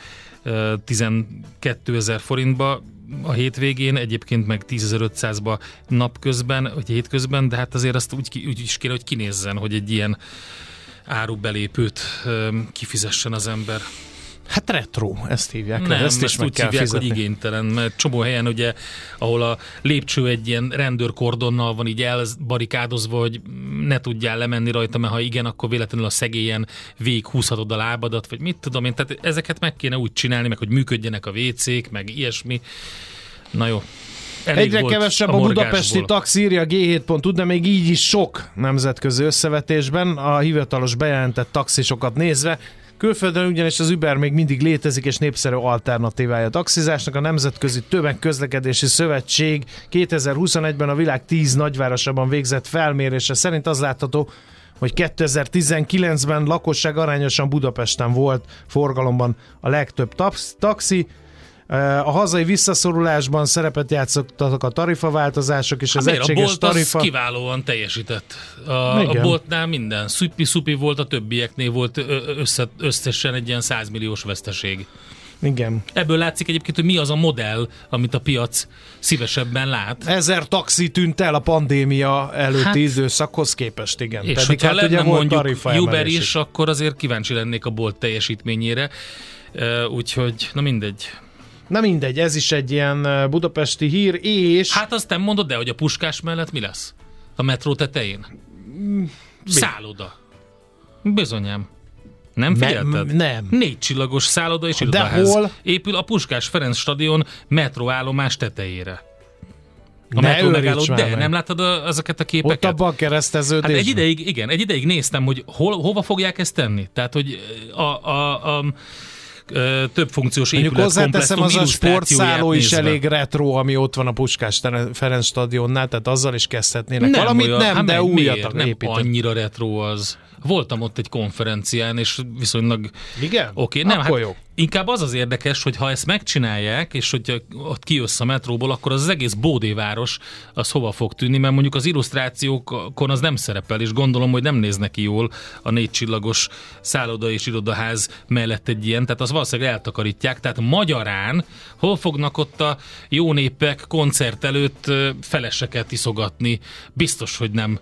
12.000 forintba a hétvégén, egyébként meg 10.500-ba napközben, vagy hétközben, de hát azért azt úgy is kéne, hogy kinézzen, hogy egy ilyen árubelépőt kifizessen az ember. Hát retro, ezt hívják. Nem, ezt is meg úgy kell hívják, fizetni. hogy igénytelen, mert csomó helyen ugye, ahol a lépcső egy ilyen rendőrkordonnal van így elbarikádozva, hogy ne tudjál lemenni rajta, mert ha igen, akkor véletlenül a szegélyen végighúzhatod a lábadat, vagy mit tudom én, tehát ezeket meg kéne úgy csinálni, meg hogy működjenek a WC-k, meg ilyesmi. Na jó. Egyre kevesebb a budapesti taxi, írja a G7.hu, de még így is sok nemzetközi összevetésben a hivatalos bejelentett taxisokat nézve. Külföldön ugyanis az Uber még mindig létezik és népszerű alternatívája a taxizásnak. A Nemzetközi Tömegközlekedési Szövetség 2021-ben a világ 10 nagyvárosában végzett felmérése szerint az látható, hogy 2019-ben lakosság arányosan Budapesten volt forgalomban a legtöbb taxi, A hazai visszaszorulásban szerepet játszottak a tarifaváltozások, és az egységes a Bolt tarifa... az kiválóan teljesített. A Boltnál minden. Szupi volt, a többieknél volt összesen egy ilyen 100 milliós veszteség. Igen. Ebből látszik egyébként, hogy mi az a modell, amit a piac szívesebben lát. 1000 taxi tűnt el a pandémia előtti időszakhoz képest, igen. És pedig hogyha lenne mondjuk Uber is, is, akkor azért kíváncsi lennék a Bolt teljesítményére. Úgyhogy, na mindegy. Na mindegy, ez is egy ilyen budapesti hír, és... Hát azt nem mondod, de hogy a Puskás mellett mi lesz? A metró tetején? Szálloda. Bizonyám. Nem figyelted? Nem. 4 csillagos szálloda és irodaház. hol? Épül a Puskás Ferenc stadion metróállomás tetejére. A Ne metró megálló, őríts már de meg. nem láttad ezeket a képeket? Ott abban a kereszteződésben. Hát egy ideig néztem, hogy hova fogják ezt tenni. Tehát, hogy a több funkciós épület hozzáteszem, az a sportszálló is nézve. elég retro, ami ott van a Puskás Ferenc stadionnál, tehát azzal is kezdhetnének. Nem Valamit olyan, nem, de újat nem épített. annyira retro az. Voltam ott egy konferencián, és viszonylag... Igen? Oké, nem, Akkor hát jó. inkább az érdekes, hogy ha ezt megcsinálják, és hogyha ott kijössz a metróból, akkor az egész Bódéváros az hova fog tűnni, mert mondjuk az illusztrációkon az nem szerepel, és gondolom, hogy nem néz neki jól a 4 csillagos szálloda és irodaház mellett egy ilyen, tehát az valószínűleg eltakarítják, tehát magyarán hol fognak ott a jó népek koncert előtt feleseket iszogatni? Biztos, hogy nem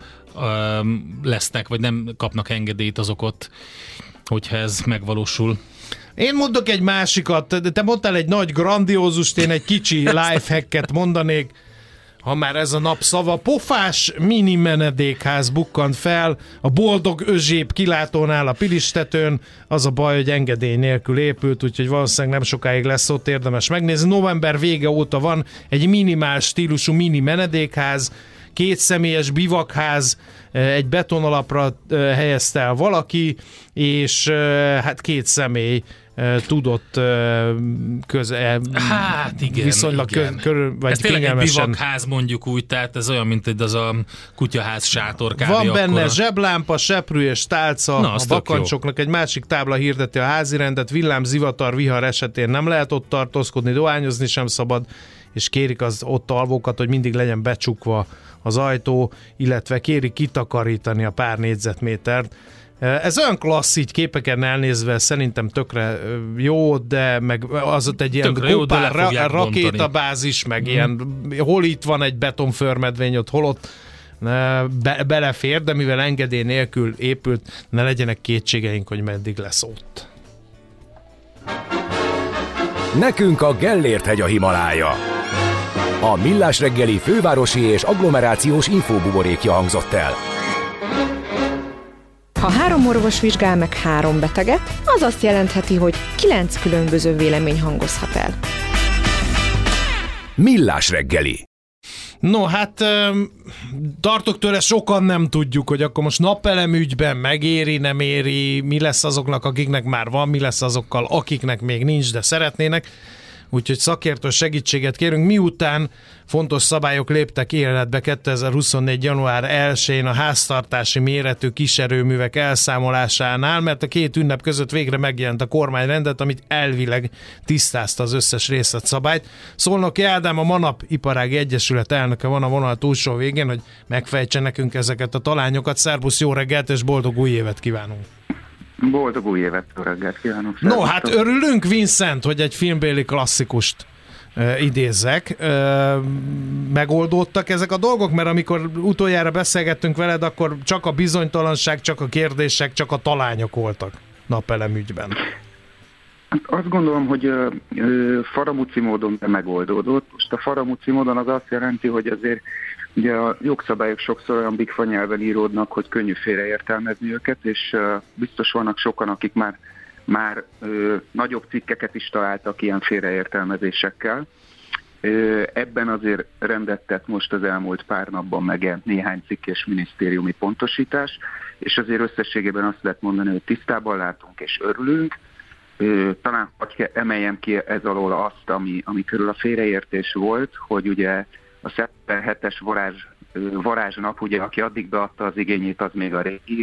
lesznek, vagy nem kapnak engedélyt azok ott, hogyha ez megvalósul. Én mondok egy másikat, de te mondtál egy nagy grandiózust, én egy kicsi lifehacket mondanék, ha már ez a nap szava. Pofás mini menedékház bukkant fel a Boldog Özsép kilátónál a Pilistetőn. Az a baj, hogy engedély nélkül épült, úgyhogy valószínűleg nem sokáig lesz ott, érdemes megnézni. November vége óta van egy minimál stílusú mini menedékház, 2 személyes bivakház, egy betonalapra helyezte el valaki, és hát 2 személy tudott hát igen, viszonylag vagy ez tényleg egy kényelmesen. bivakház mondjuk úgy, tehát ez olyan, mint az a kutyaház sátor kb. Van benne akkora. zseblámpa, seprű és tálca. Na, a az tök bakancsoknak egy másik tábla hirdeti a házirendet, villám, zivatar, vihar esetén nem lehet ott tartózkodni, dohányozni sem szabad, és kérik az ott alvókat, hogy mindig legyen becsukva az ajtó, illetve kérik kitakarítani a pár négyzetmétert. Ez olyan klassz, így képeken elnézve szerintem tökre jó, de meg az ott egy ilyen kopár rakétabázis, meg ilyen, hol itt van egy betonförmedvény, ott hol ott belefér, de mivel engedély nélkül épült, ne legyenek kétségeink, hogy meddig lesz ott. Nekünk a Gellért-hegy a Himalája. A Millás reggeli fővárosi és agglomerációs infóbuborékja hangzott el. Ha 3 orvos vizsgál meg 3 beteget, az azt jelentheti, hogy 9 különböző vélemény hangozhat el. Millás reggeli. No, hát tartok tőle, sokan nem tudjuk, hogy akkor most napelemügyben megéri, nem éri, mi lesz azoknak, akiknek már van, mi lesz azokkal, akiknek még nincs, de szeretnének. Úgyhogy szakértő segítséget kérünk, miután fontos szabályok léptek életbe 2024. január 1-én a háztartási méretű kiserőművek elszámolásánál, mert a 2 ünnep között végre megjelent a kormányrendet, amit elvileg tisztázta az összes részletszabályt. Szolnoki Ádám, a Manap Iparági Egyesület elnöke van a vonal túlsó végén, hogy megfejtse nekünk ezeket a talányokat. Szerbusz, jó reggelt és boldog új évet kívánunk! Boldog új évet, jó reggelt kívánok! No, hát örülünk, Vincent, hogy egy filmbéli klasszikust idézzek. Megoldódtak ezek a dolgok? Mert amikor utoljára beszélgettünk veled, akkor csak a bizonytalanság, csak a kérdések, csak a talányok voltak napelemügyben. Azt gondolom, hogy faramúci módon megoldódott. Most a faramúci módon az azt jelenti, hogy azért ugye a jogszabályok sokszor olyan bigfa nyelven íródnak, hogy könnyű félreértelmezni őket, és biztos vannak sokan, akik már nagyobb cikkeket is találtak ilyen félreértelmezésekkel. Ebben azért rendet tett most az elmúlt pár napban megjelent néhány cikk és minisztériumi pontosítás, és azért összességében azt lehet mondani, hogy tisztában látunk és örülünk. Talán hogy emeljem ki ez alól azt, ami körül a félreértés volt, hogy ugye a szeptember 7-es varázsnap, ugye, aki addig beadta az igényét, az még a régi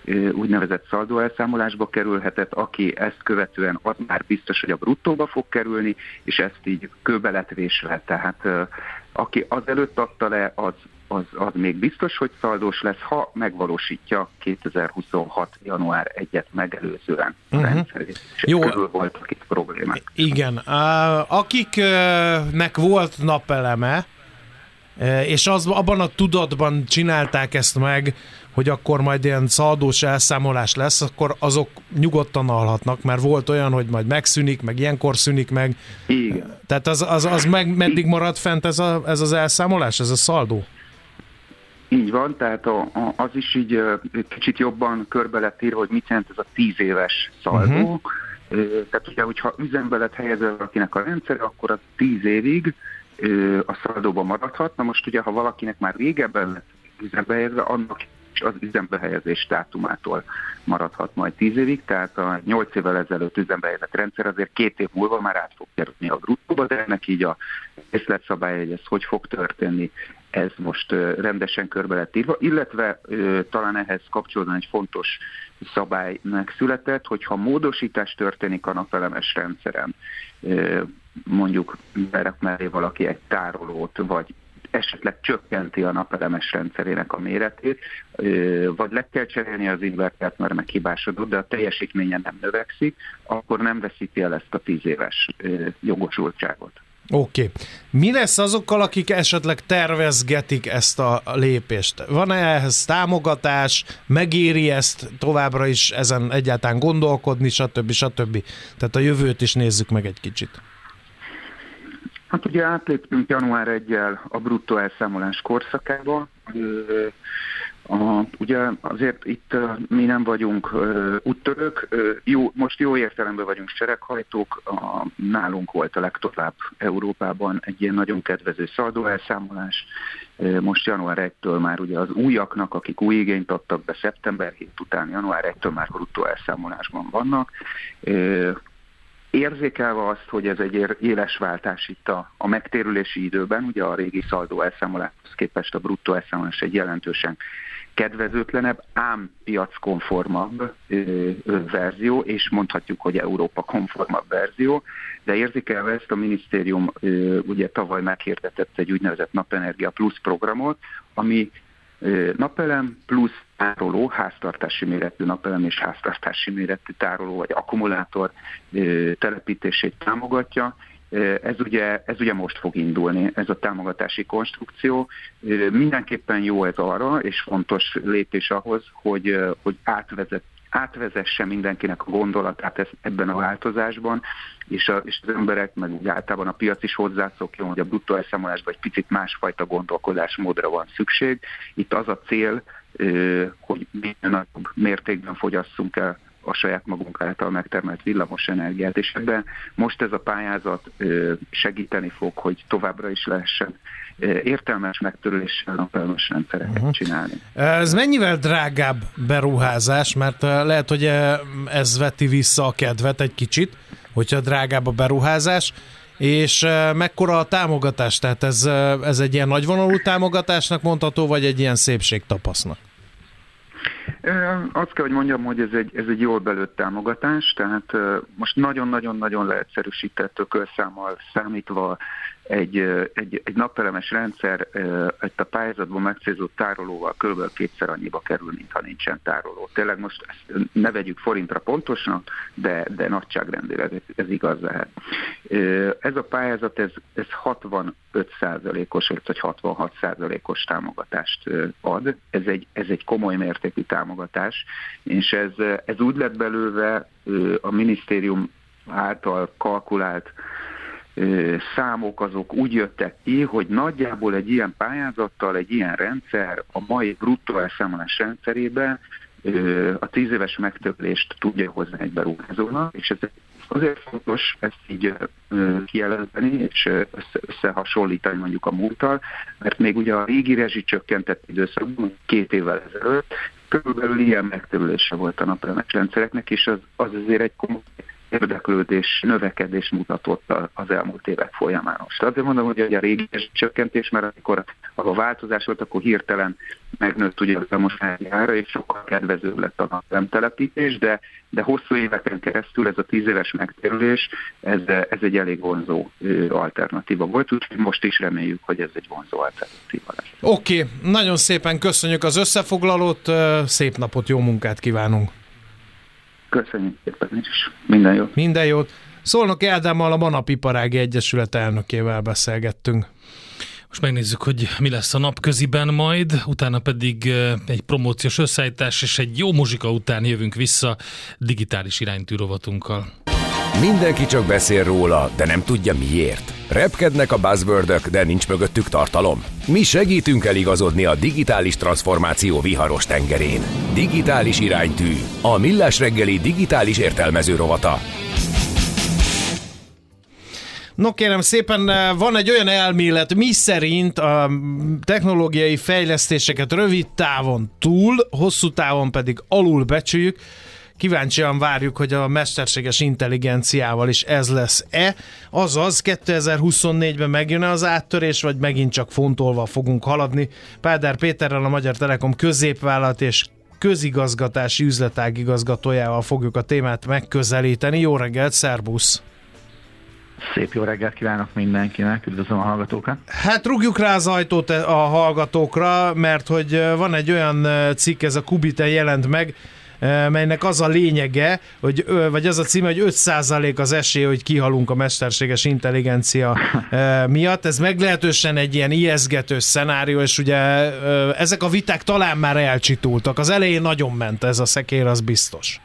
úgynevezett szaldóelszámolásba kerülhetett, aki ezt követően az már biztos, hogy a bruttóba fog kerülni, és ezt így kőbe lett vésve. Tehát aki azelőtt adta le, az még biztos, hogy szaldós lesz, ha megvalósítja 2026. január 1-et megelőzően a rendszerét. Jó. Körül voltak itt problémák. Igen. Akiknek volt napeleme, és abban a tudatban csinálták ezt meg, hogy akkor majd ilyen szaldós elszámolás lesz, akkor azok nyugodtan alhatnak, mert volt olyan, hogy majd megszűnik, meg ilyenkor szűnik meg. Igen. Tehát az meddig marad fent ez az elszámolás, ez a szaldó? Így van, tehát az is így kicsit jobban körbe lett írva, hogy mit jelent ez a 10 éves szaldó. Tehát ugye, hogyha üzembe lett helyezve valakinek a rendszer, akkor az 10 évig a szaldóban maradhat. Na most ugye, ha valakinek már régebben lett üzembe helyezve, annak is az üzembe helyezés dátumától maradhat majd 10 évig, tehát a 8 évvel ezelőtt üzembe helyezett rendszer azért 2 év múlva már át fog kerülni a bruttóba, de ennek így a részletszabály, hogy ez hogy fog történni, ez most rendesen körbe lett írva, illetve talán ehhez kapcsolódóan egy fontos szabály megszületett, hogyha módosítás történik a napelemes rendszeren, mondjuk berak mellé valaki egy tárolót, vagy esetleg csökkenti a napelemes rendszerének a méretét, vagy le kell cserélni az invertert, mert meghibásodott, de a teljesítménye nem növekszik, akkor nem veszíti el ezt a 10 éves jogosultságot. Oké. Mi lesz azokkal, akik esetleg tervezgetik ezt a lépést? Van-e ehhez támogatás? Megéri ezt továbbra is ezen egyáltalán gondolkodni, stb. Tehát a jövőt is nézzük meg egy kicsit. Hát ugye átléptünk január 1-jel a bruttó elszámolás korszakába. Ugye azért itt mi nem vagyunk úttörők, most jó értelemben vagyunk sereghajtók, nálunk volt a legtovább Európában egy ilyen nagyon kedvező szaldóelszámolás. Most január 1-től már ugye az újaknak, akik új igényt adtak be szeptember 7 után, január 1-től már bruttó elszámolásban vannak. Érzékelve azt, hogy ez egy éles váltás itt a megtérülési időben, ugye a régi szaldó elszámoláshoz képest a bruttó elszámolás egy jelentősen kedvezőtlenebb, ám piackonformabb verzió, és mondhatjuk, hogy Európa konformabb verzió, de érzékelve ezt a minisztérium ugye tavaly meghirdetett egy úgynevezett Napenergia Plus programot, ami napelem plusz tároló, háztartási méretű napelem és háztartási méretű tároló vagy akkumulátor telepítését támogatja. Ez ugye most fog indulni, ez a támogatási konstrukció. Mindenképpen jó ez arra, és fontos lépés ahhoz, hogy átvezesse mindenkinek a gondolatát ebben a változásban, és az emberek, meg úgy általában a piac is hozzászokjon, hogy a bruttó elszámolásban egy picit másfajta gondolkodásmódra van szükség. Itt az a cél, hogy minél nagyobb mértékben fogyasszunk el a saját magunk által megtermelt villamos energiát, és ebben most ez a pályázat segíteni fog, hogy továbbra is lehessen értelmes megtörüléssel napelemes rendszereket csinálni. Ez mennyivel drágább beruházás, mert lehet, hogy ez veti vissza a kedvet egy kicsit, hogyha drágább a beruházás, és mekkora a támogatás? Tehát ez egy ilyen nagyvonalú támogatásnak mondható, vagy egy ilyen szépségtapasznak? Azt kell, hogy mondjam, hogy ez egy jól belőtt támogatás, tehát most nagyon-nagyon-nagyon leegyszerűsített ökölszámmal számítva egy napelemes rendszer ezt a pályázatban megcélzott tárolóval kb. 2-szer annyiba kerül, mintha nincsen tároló. Tényleg most ezt ne vegyük forintra pontosan, de nagyságrendileg ez igaz lehet. Ez a pályázat, ez 65%-os vagy 66%-os támogatást ad. Ez egy komoly mértékű támogatás, és ez úgy lett belőle a minisztérium által kalkulált számok azok úgy jöttek ki, hogy nagyjából egy ilyen pályázattal, egy ilyen rendszer a mai bruttó elszámolás rendszerében a 10 éves megtörlést tudja hozni egy beruházónak, és ez azért fontos ezt így kijelenteni, és összehasonlítani mondjuk a múlttal, mert még ugye a régi rezsicsökkentett időszakban, 2 évvel ezelőtt, körülbelül ilyen megtörülése volt a napelemes rendszereknek, és az azért egy érdeklődés, növekedés mutatott az elmúlt évek folyamán. Most azért mondom, hogy a régi csökkentés, mert amikor a változás volt, akkor hirtelen megnőtt ugye az elektromossági ára, és sokkal kedvezőbb lett a napeleemtelepítés, de hosszú éveken keresztül ez a 10 éves megtérülés, ez egy elég vonzó alternatíva volt, úgyhogy most is reméljük, hogy ez egy vonzó alternatíva lesz. Oké, nagyon szépen köszönjük az összefoglalót, szép napot, jó munkát kívánunk! Köszönjük szépen is. Minden jót. Minden jót. Szolnoki Ádámmal, a Manapiparági Egyesület elnökével beszélgettünk. Most megnézzük, hogy mi lesz a napköziben majd, utána pedig egy promóciós összeállítás és egy jó muzsika után jövünk vissza digitális iránytű rovatunkkal. Mindenki csak beszél róla, de nem tudja miért. Repkednek a buzzwordök, de nincs mögöttük tartalom. Mi segítünk eligazodni a digitális transformáció viharos tengerén. Digitális iránytű, a Millás reggeli digitális értelmező rovata. No kérem szépen, van egy olyan elmélet, mi szerint a technológiai fejlesztéseket rövid távon túl, hosszú távon pedig alul becsüljük. Kíváncsian várjuk, hogy a mesterséges intelligenciával is ez lesz-e. Azaz 2024-ben megjön az áttörés, vagy megint csak fontolva fogunk haladni. Pádár Péterrel, a Magyar Telekom középvállalat és közigazgatási üzletág igazgatójával fogjuk a témát megközelíteni. Jó reggelt, szervusz! Szép jó reggelt kívánok mindenkinek, üdvözlöm a hallgatókat. Hát rúgjuk rá az ajtót a hallgatókra, mert hogy van egy olyan cikk, ez a Qubiten jelent meg, melynek az a lényege, vagy az a címe, hogy 5% az esély, hogy kihalunk a mesterséges intelligencia miatt. Ez meglehetősen egy ilyen ijesztgető szenárió, és ugye ezek a viták talán már elcsitultak. Az elején nagyon ment ez a szekér, az biztos.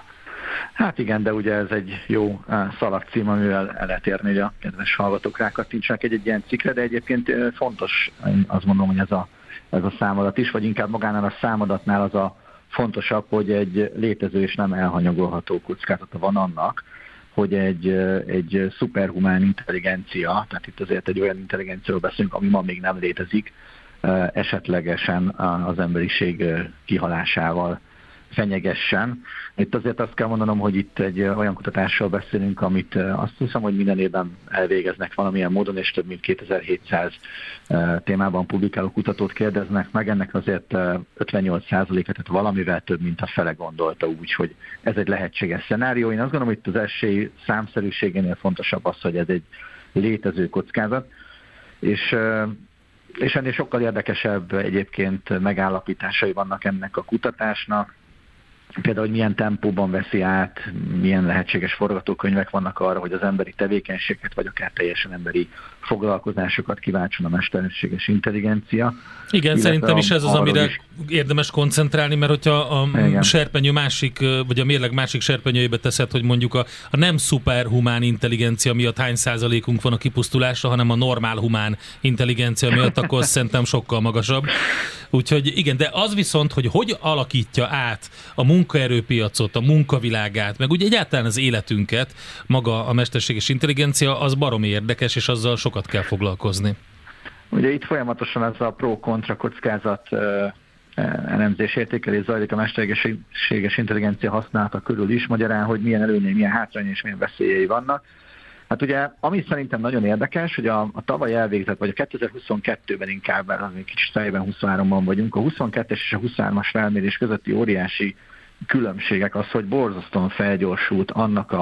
Hát igen, de ugye ez egy jó szalagcím, amivel el lehet érni, hogy a kedves hallgatók rákattintsanak egy ilyen cikkre, de egyébként fontos, azt mondom, hogy ez a számadat is, vagy inkább magánál a számadatnál az a fontosabb, hogy egy létező és nem elhanyagolható kockázata van annak, hogy egy szuperhumán intelligencia, tehát itt azért egy olyan intelligenciáról beszélünk, ami ma még nem létezik, esetlegesen az emberiség kihalásával fenyegessen. Itt azért azt kell mondanom, hogy itt egy olyan kutatással beszélünk, amit azt hiszem, hogy minden évben elvégeznek valamilyen módon, és több mint 2700 témában publikáló kutatót kérdeznek meg. Ennek azért 58%-et, tehát valamivel több, mint a fele gondolta úgy, hogy ez egy lehetséges szenárió. Én azt gondolom, hogy itt az esély számszerűségénél fontosabb az, hogy ez egy létező kockázat, és ennél sokkal érdekesebb egyébként megállapításai vannak ennek a kutatásnak. Például, hogy milyen tempóban veszi át, milyen lehetséges forgatókönyvek vannak arra, hogy az emberi tevékenységet, vagy akár teljesen emberi foglalkozásokat kiváltson a mesterséges intelligencia. Igen, szerintem is ez az, amire érdemes koncentrálni, mert hogyha a serpenyő másik, vagy a mérleg másik serpenyőjébe teszed, hogy mondjuk a nem szuperhumán intelligencia miatt hány százalékunk van a kipusztulásra, hanem a normál humán intelligencia miatt, akkor szerintem sokkal magasabb. Úgyhogy igen, de az viszont, hogy alakítja át a munkaerőpiacot, a munkavilágát, meg ugye egyáltalán az életünket maga a mesterséges intelligencia, az baromi érdekes, és azzal sokat kell foglalkozni. Ugye itt folyamatosan ez a pro-kontra kockázat elemzés értékelés zajlik a mesterséges intelligencia használata körül is, magyarán, hogy milyen előnyei, milyen hátrányai és milyen veszélyei vannak. Hát ugye, ami szerintem nagyon érdekes, hogy a tavaly elvégzett, vagy a 2022-ben inkább, az még kicsit fejben 23-ban vagyunk, a 22-es és a 23-as felmérés közötti óriási különbségek az, hogy borzasztóan felgyorsult annak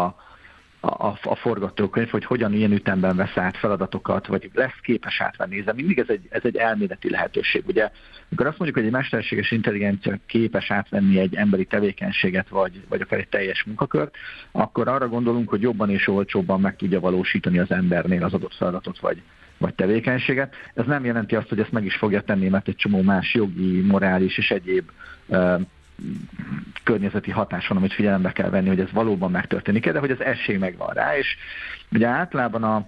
a forgatókönyv, hogy hogyan ilyen ütemben vesz át feladatokat, vagy lesz képes átvenni. De mindig ez egy elméleti lehetőség. Ugye, amikor azt mondjuk, hogy egy mesterséges intelligencia képes átvenni egy emberi tevékenységet, vagy akár egy teljes munkakört, akkor arra gondolunk, hogy jobban és olcsóbban meg tudja valósítani az embernél az adott feladatot, vagy tevékenységet. Ez nem jelenti azt, hogy ezt meg is fogja tenni, mert egy csomó más jogi, morális és egyéb környezeti hatás van, amit figyelembe kell venni, hogy ez valóban megtörténik, de hogy az esély megvan rá, és ugye általában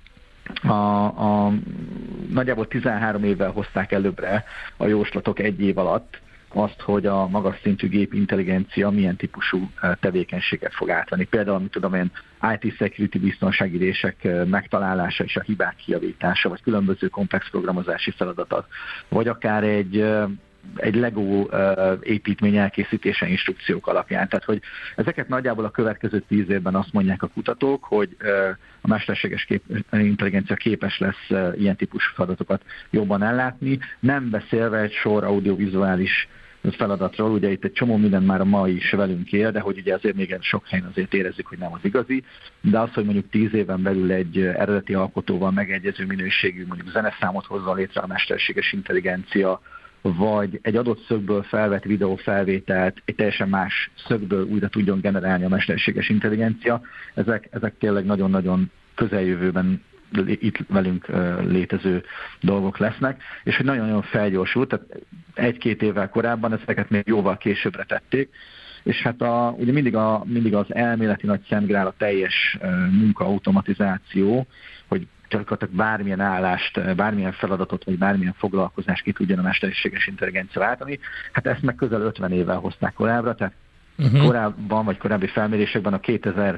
nagyjából 13 évvel hozták előbbre a jóslatok egy év alatt azt, hogy a magas szintű gépintelligencia milyen típusú tevékenységet fog átvenni. Például, mit tudom én, IT security biztonsági rések megtalálása és a hibák kijavítása, vagy különböző komplex programozási feladatok, vagy akár egy egy Lego építmény elkészítése instrukciók alapján. Tehát, hogy ezeket nagyjából a következő 10 évben azt mondják a kutatók, hogy a mesterséges intelligencia képes lesz ilyen típusú feladatokat jobban ellátni, nem beszélve egy sor audiovizuális feladatról, ugye itt egy csomó minden már a ma is velünk él, de hogy ugye azért még sok helyen azért érezzük, hogy nem az igazi, de az, hogy mondjuk 10 éven belül egy eredeti alkotóval megegyező minőségű mondjuk zeneszámot hozza létre a mesterséges intelligencia, vagy egy adott szögből felvett videófelvételt egy teljesen más szögből újra tudjon generálni a mesterséges intelligencia, ezek tényleg nagyon-nagyon közeljövőben itt velünk létező dolgok lesznek, és hogy nagyon-nagyon felgyorsult, tehát 1-2 évvel korábban ezeket még jóval későbbre tették, és hát ugye mindig az elméleti nagy szentgrál a teljes munkaautomatizáció, hogy gyakorlatilag bármilyen állást, bármilyen feladatot, vagy bármilyen foglalkozást ki tudjon a mesterséges intelligencia váltani. Hát ezt meg közel 50 évvel hozták korábbra, tehát korábban, vagy korábbi felmérésekben a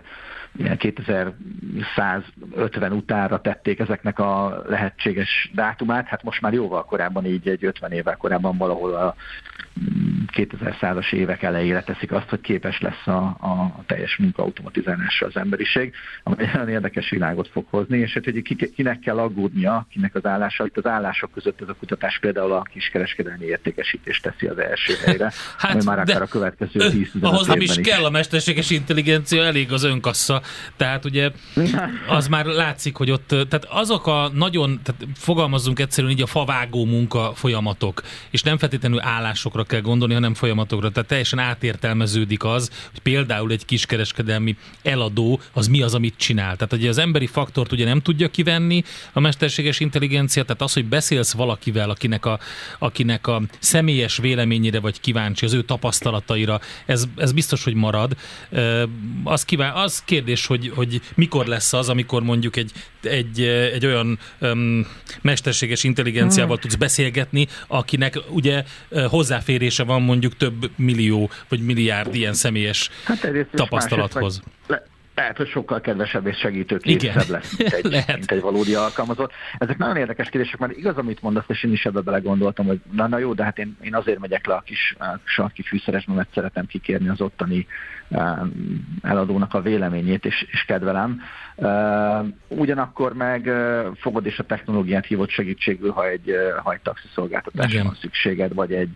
2150 utánra tették ezeknek a lehetséges dátumát, hát most már jóval korábban, így egy 50 évvel korábban valahol a 2100-as évek elejére teszik azt, hogy képes lesz a teljes munkaautomatizálásra az emberiség, ami nagyon érdekes világot fog hozni, és hogy kinek kell aggódnia, kinek az állása. Itt az állások között ez a kutatás például a kiskereskedelmi értékesítést teszi az első helyre, hát, ami már akár a következő 10-15 évben ahhoz nem is kell a mesterséges intelligencia, elég az önkassa. Tehát ugye az már látszik, hogy ott, tehát azok a nagyon, tehát fogalmazzunk egyszerűen így a favágó munka folyamatok, és nem feltétlenül állásokra kell gondolni, hanem folyamatokra. Tehát teljesen átértelmeződik az, hogy például egy kiskereskedelmi eladó az mi az, amit csinál. Tehát ugye az emberi faktort ugye nem tudja kivenni a mesterséges intelligencia, tehát az, hogy beszélsz valakivel, akinek a személyes véleményére vagy kíváncsi, az ő tapasztalataira, ez biztos, hogy marad. Az kérdés, hogy mikor lesz az, amikor mondjuk egy olyan mesterséges intelligenciával tudsz beszélgetni, akinek ugye hozzáférése van mondjuk több millió vagy milliárd ilyen személyes tapasztalathoz. Lehet, hogy sokkal kedvesebb és segítőkészebb lesz, mint egy valódi alkalmazott. Ezek nagyon érdekes kérdések, mert igaz, amit mondasz, és én is ebbe belegondoltam, hogy na jó, de hát én azért megyek le a kis sarki fűszeresbe, mert szeretem kikérni az ottani eladónak a véleményét, és kedvelem. Ugyanakkor meg fogod és a technológiát hívott segítségül, ha egy taxiszolgáltatásra van szükséged,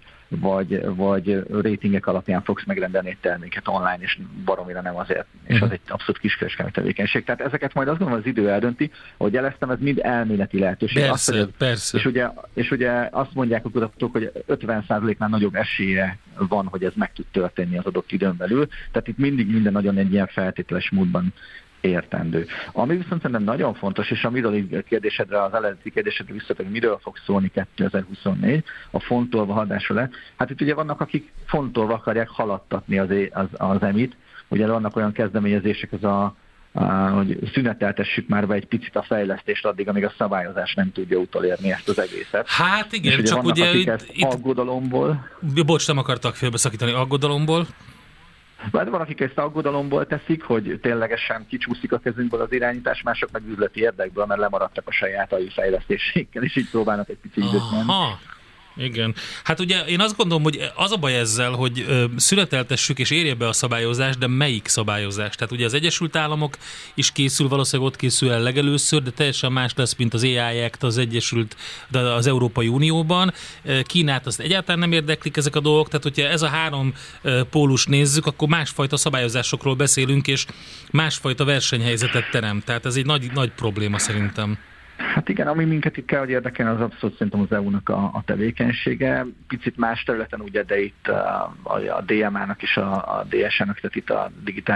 vagy ratingek alapján fogsz megrendelni egy terméket online, és baromira nem azért, és az egy abszolút kiskereskedelmi tevékenység. Tehát ezeket majd azt gondolom az idő eldönti, ahogy jeleztem, ez mind elméleti lehetőség. Persze. És ugye azt mondják a kutatók, hogy 50%-nál nagyobb esélye van, hogy ez meg tud történni az adott időn belül. Tehát itt mindig minden nagyon egy ilyen feltételes módban értendő. Ami viszont szerintem nagyon fontos, és amiről kérdésedre, az eredeti kérdésedre visszatérünk, miről fog szólni 2024, a fontolva haladásról le. Hát itt ugye vannak, akik fontolva akarják haladtatni az EMI-t, ugye vannak olyan kezdeményezések, hogy szüneteltessük már be egy picit a fejlesztést addig, amíg a szabályozás nem tudja utolérni ezt az egészet. Hát igen, ugye csak vannak, ugye itt aggodalomból. Bocs, nem akartak félbeszakítani, aggodalomból. Mert van, akik ezt aggodalomból teszik, hogy ténylegesen kicsúszik a kezünkből az irányítás, mások meg üzleti érdekből, mert lemaradtak a saját fejlesztésékkel, és így próbálnak egy picit időt menni. Igen. Hát ugye én azt gondolom, hogy az a baj ezzel, hogy szüneteltessük és érje be a szabályozást, de melyik szabályozás? Tehát ugye az Egyesült Államok is készül, valószínűleg ott készül el legelőször, de teljesen más lesz, mint az AI Act az Európai Unióban. Kínát azt egyáltalán nem érdeklik ezek a dolgok, tehát hogyha ez a három pólus nézzük, akkor másfajta szabályozásokról beszélünk, és másfajta versenyhelyzetet terem. Tehát ez egy nagy probléma szerintem. Hát igen, ami minket itt kell, hogy érdekelni, az abszolút szerintem az EU-nak a tevékenysége. Picit más területen ugye, de itt a DMA-nak és a DSA-nak, tehát itt a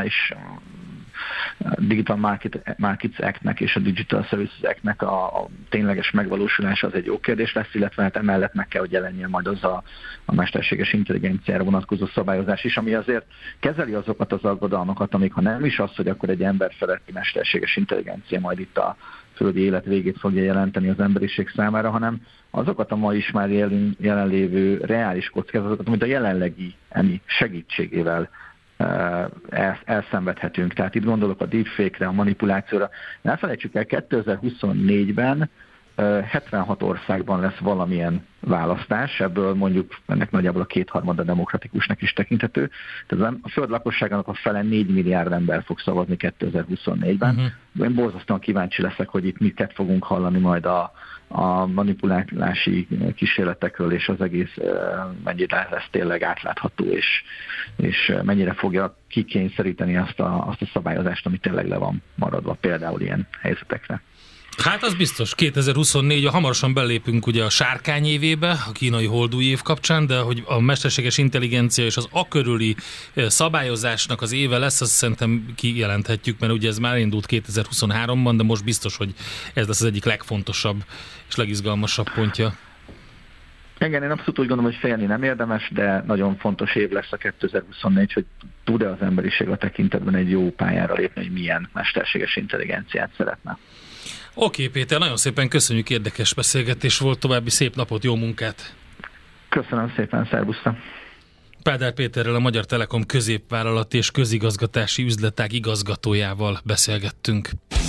Digital Markets Act-nek és a Digital Services Act-nek a tényleges megvalósulása az egy jó kérdés lesz, illetve hát emellett meg kell, hogy jelenjen majd az a mesterséges intelligenciára vonatkozó szabályozás is, ami azért kezeli azokat az aggodalmakat, amik ha nem is az, hogy akkor egy emberfeletti mesterséges intelligencia majd itt a földi élet végét fogja jelenteni az emberiség számára, hanem azokat a ma is már jelenlévő reális kockázatokat, amit a jelenlegi EMI segítségével elszenvedhetünk. Tehát itt gondolok a deepfake-re, a manipulációra. Ne felejtsük el, 2024-ben 76 országban lesz valamilyen választás, ebből mondjuk ennek nagyjából a 2/3 demokratikusnak is tekinthető. Tehát a föld lakosságának a fele 4 milliárd ember fog szavazni 2024-ben. Én borzasztóan kíváncsi leszek, hogy itt miket fogunk hallani majd a manipulálási kísérletekről, és az egész mennyire lesz tényleg átlátható, és mennyire fogja kikényszeríteni azt a szabályozást, ami tényleg le van maradva például ilyen helyzetekre. Hát az biztos, 2024, hamarosan belépünk ugye a sárkány évébe, a kínai holdúj év kapcsán, de hogy a mesterséges intelligencia és az akörüli szabályozásnak az éve lesz, azt szerintem kijelenthetjük, mert ugye ez már indult 2023-ban, de most biztos, hogy ez lesz az egyik legfontosabb és legizgalmasabb pontja. Igen, én abszolút úgy gondolom, hogy félni nem érdemes, de nagyon fontos év lesz a 2024, hogy tud-e az emberiség a tekintetben egy jó pályára lépni, hogy milyen mesterséges intelligenciát szeretne. Oké, Péter, nagyon szépen köszönjük, érdekes beszélgetés volt, további szép napot, jó munkát! Köszönöm szépen, szervusztok! Pádár Péterrel, a Magyar Telekom középvállalati és közigazgatási üzletág igazgatójával beszélgettünk.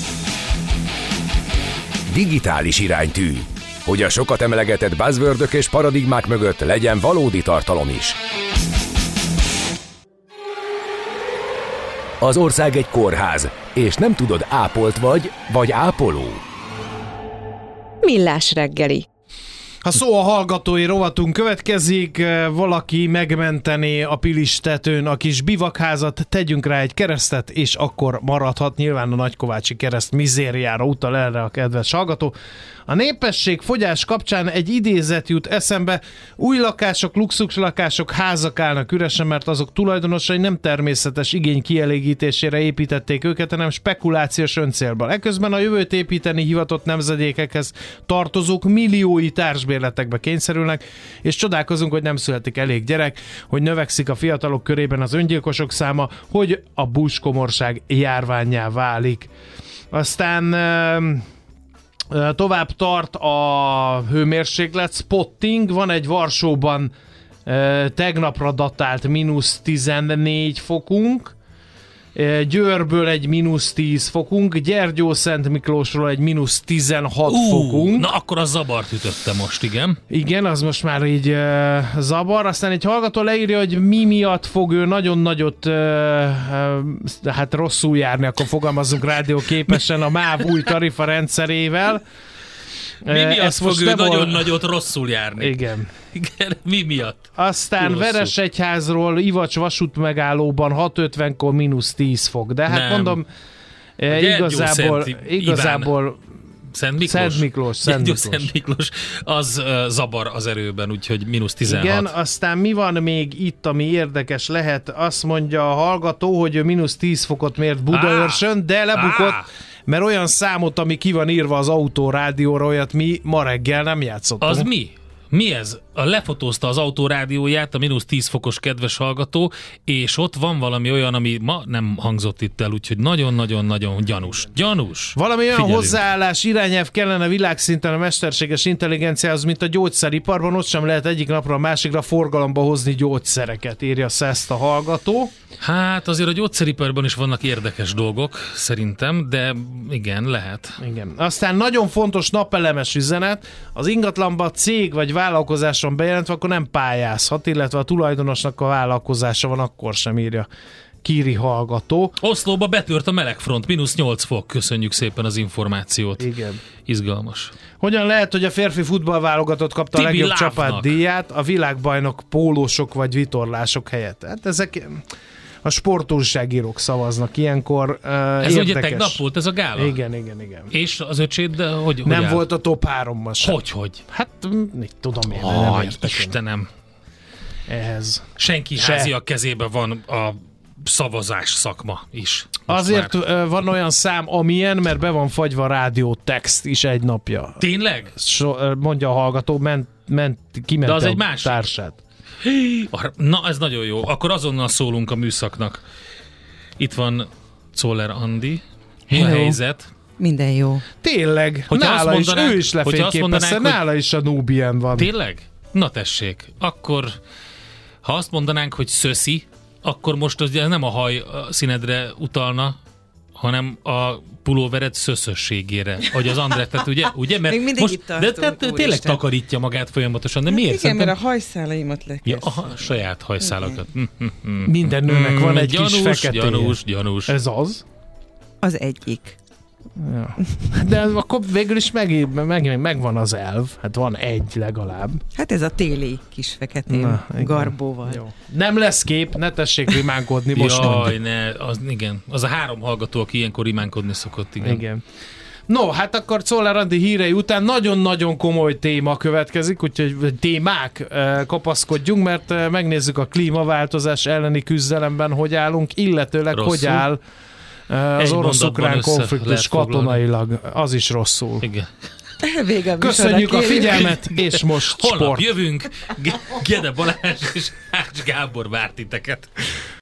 Digitális iránytű. Hogy a sokat emlegetett buzzwordök és paradigmák mögött legyen valódi tartalom is. Az ország egy kórház, és nem tudod, ápolt vagy ápoló. Millás reggeli. Ha szó a hallgatói rovatunk következik, valaki megmentené a Pilistetőn a kis bivakházat, tegyünk rá egy keresztet, és akkor maradhat. Nyilván a Nagykovácsi kereszt mizériára utal erre a kedves hallgató. A népességfogyás kapcsán egy idézet jut eszembe: új lakások, luxuslakások, házak állnak üresen, mert azok tulajdonosai nem természetes igény kielégítésére építették őket, hanem spekulációs öncélban. Eközben a jövőt építeni hivatott nemzedékekhez tartozók milliói társbérletekbe kényszerülnek, és csodálkozunk, hogy nem születik elég gyerek, hogy növekszik a fiatalok körében az öngyilkosok száma, hogy a buszkomorság járvánnyá válik. Aztán tovább tart a hőmérséklet spotting, van egy Varsóban tegnapra datált -14 fokunk, Győrből egy -10 fokunk, Gyergyó-Szent Miklósról egy -16 fokunk. Na akkor az zabart ütötte most, igen. Igen, az most már így zabar. Aztán egy hallgató leírja, hogy mi miatt fog ő nagyon nagyot hát rosszul járni, akkor fogalmazunk rádióképesen a MÁV új tarifa rendszerével. Mi miatt fog ő nagyon nagyot rosszul járni? Igen. Igen, mi miatt? Aztán Veresegyházról Ivacs vasútmegállóban 6:50-kor -10 fok. De hát nem. Mondom, igazából Szent Miklós, az zabar az erőben, úgyhogy -16. Igen, aztán mi van még itt, ami érdekes lehet? Azt mondja a hallgató, hogy ő -10 fokot mért Budaörsön, de lebukott, mert olyan számot, ami ki van írva az autórádióra, olyat mi ma reggel nem játszottunk. Az mi? Mi ez? Lefotózta az autórádióját a -10 fokos kedves hallgató, és ott van valami olyan, ami ma nem hangzott itt el, úgyhogy nagyon-nagyon-nagyon gyanús. Gyanús! Valami olyan Figyelünk. hozzáállás, irányelv kellene világszinten a mesterséges intelligenciához, mint a gyógyszeriparban, ott sem lehet egyik napra a másikra forgalomba hozni gyógyszereket, írja ezt a hallgató. Hát azért a gyógyszeriparban is vannak érdekes dolgok, szerintem, de igen, lehet. Igen. Aztán nagyon fontos napelemes üzenet, az ingatlanban cég vagy vállalkozáson bejelentve, akkor nem pályázhat, illetve a tulajdonosnak a vállalkozása van, akkor sem, írja Kiri hallgató. Oszlóba betört a melegfront, -8 fok, köszönjük szépen az információt. Igen. Izgalmas. Hogyan lehet, hogy a férfi futballválogatott kapta Tibi a legjobb Lávnak csapatdíját a világbajnok pólósok vagy vitorlások helyett? Hát ezek a sportújságírók szavaznak ilyenkor. Ez érdekes. ugye tegnap volt ez a gála? Igen. És az öcséd, hogy nem áll? volt a top 3-ban sem. Hogy? Hát, mit tudom én, nem értek Istenem. ehhez. Senki házia kezében van a szavazás szakma is. Azért van olyan szám, amilyen, mert be van fagyva a rádió text is egy napja. Tényleg? Mondja a hallgató, kiment De az a egy másik. társát. Na, ez nagyon jó. Akkor azonnal szólunk a műszaknak. Itt van Czoller Andi. Mi a Hello. helyzet? Minden jó. Tényleg, Hogyha nála azt is, mondanánk- ő is hogyha azt lefényképezte, mondanánk, nála is a Nubian van. Tényleg? Na tessék. Akkor, ha azt mondanánk, hogy szöszi, akkor most az ugye nem a haj színedre utalna, hanem a pulóvered szöszösségére, hogy az André, tehát ugye? Mert még mindig most, itt tartunk, de tényleg úristen. takarítja magát folyamatosan, de Hát miért? igen, mert a hajszálaimat Ja, lekesszem. saját hajszálakat. Minden nőnek van egy kis feketéje. Gyanús. Ez az? Az egyik. Ja. De akkor végül is megvan az elv. Hát van egy legalább. Hát ez a téli kis feketén igen. garbóval. Jó. Nem lesz kép, ne tessék rimánkodni most. Jaj, ne, igen. Az a 3 hallgató, aki ilyenkor rimánkodni szokott, igen. No, hát akkor Czoller Andi hírei után nagyon-nagyon komoly téma következik, úgyhogy témák kapaszkodjunk, mert megnézzük a klímaváltozás elleni küzdelemben, hogy állunk, illetőleg rosszul. Hogy áll az orosz-ukrán konfliktus katonailag. Az is rosszul. Igen. Köszönjük a figyelmet, és most holnap sport. jövünk, Gede Balázs és Ács Gábor vár titeket.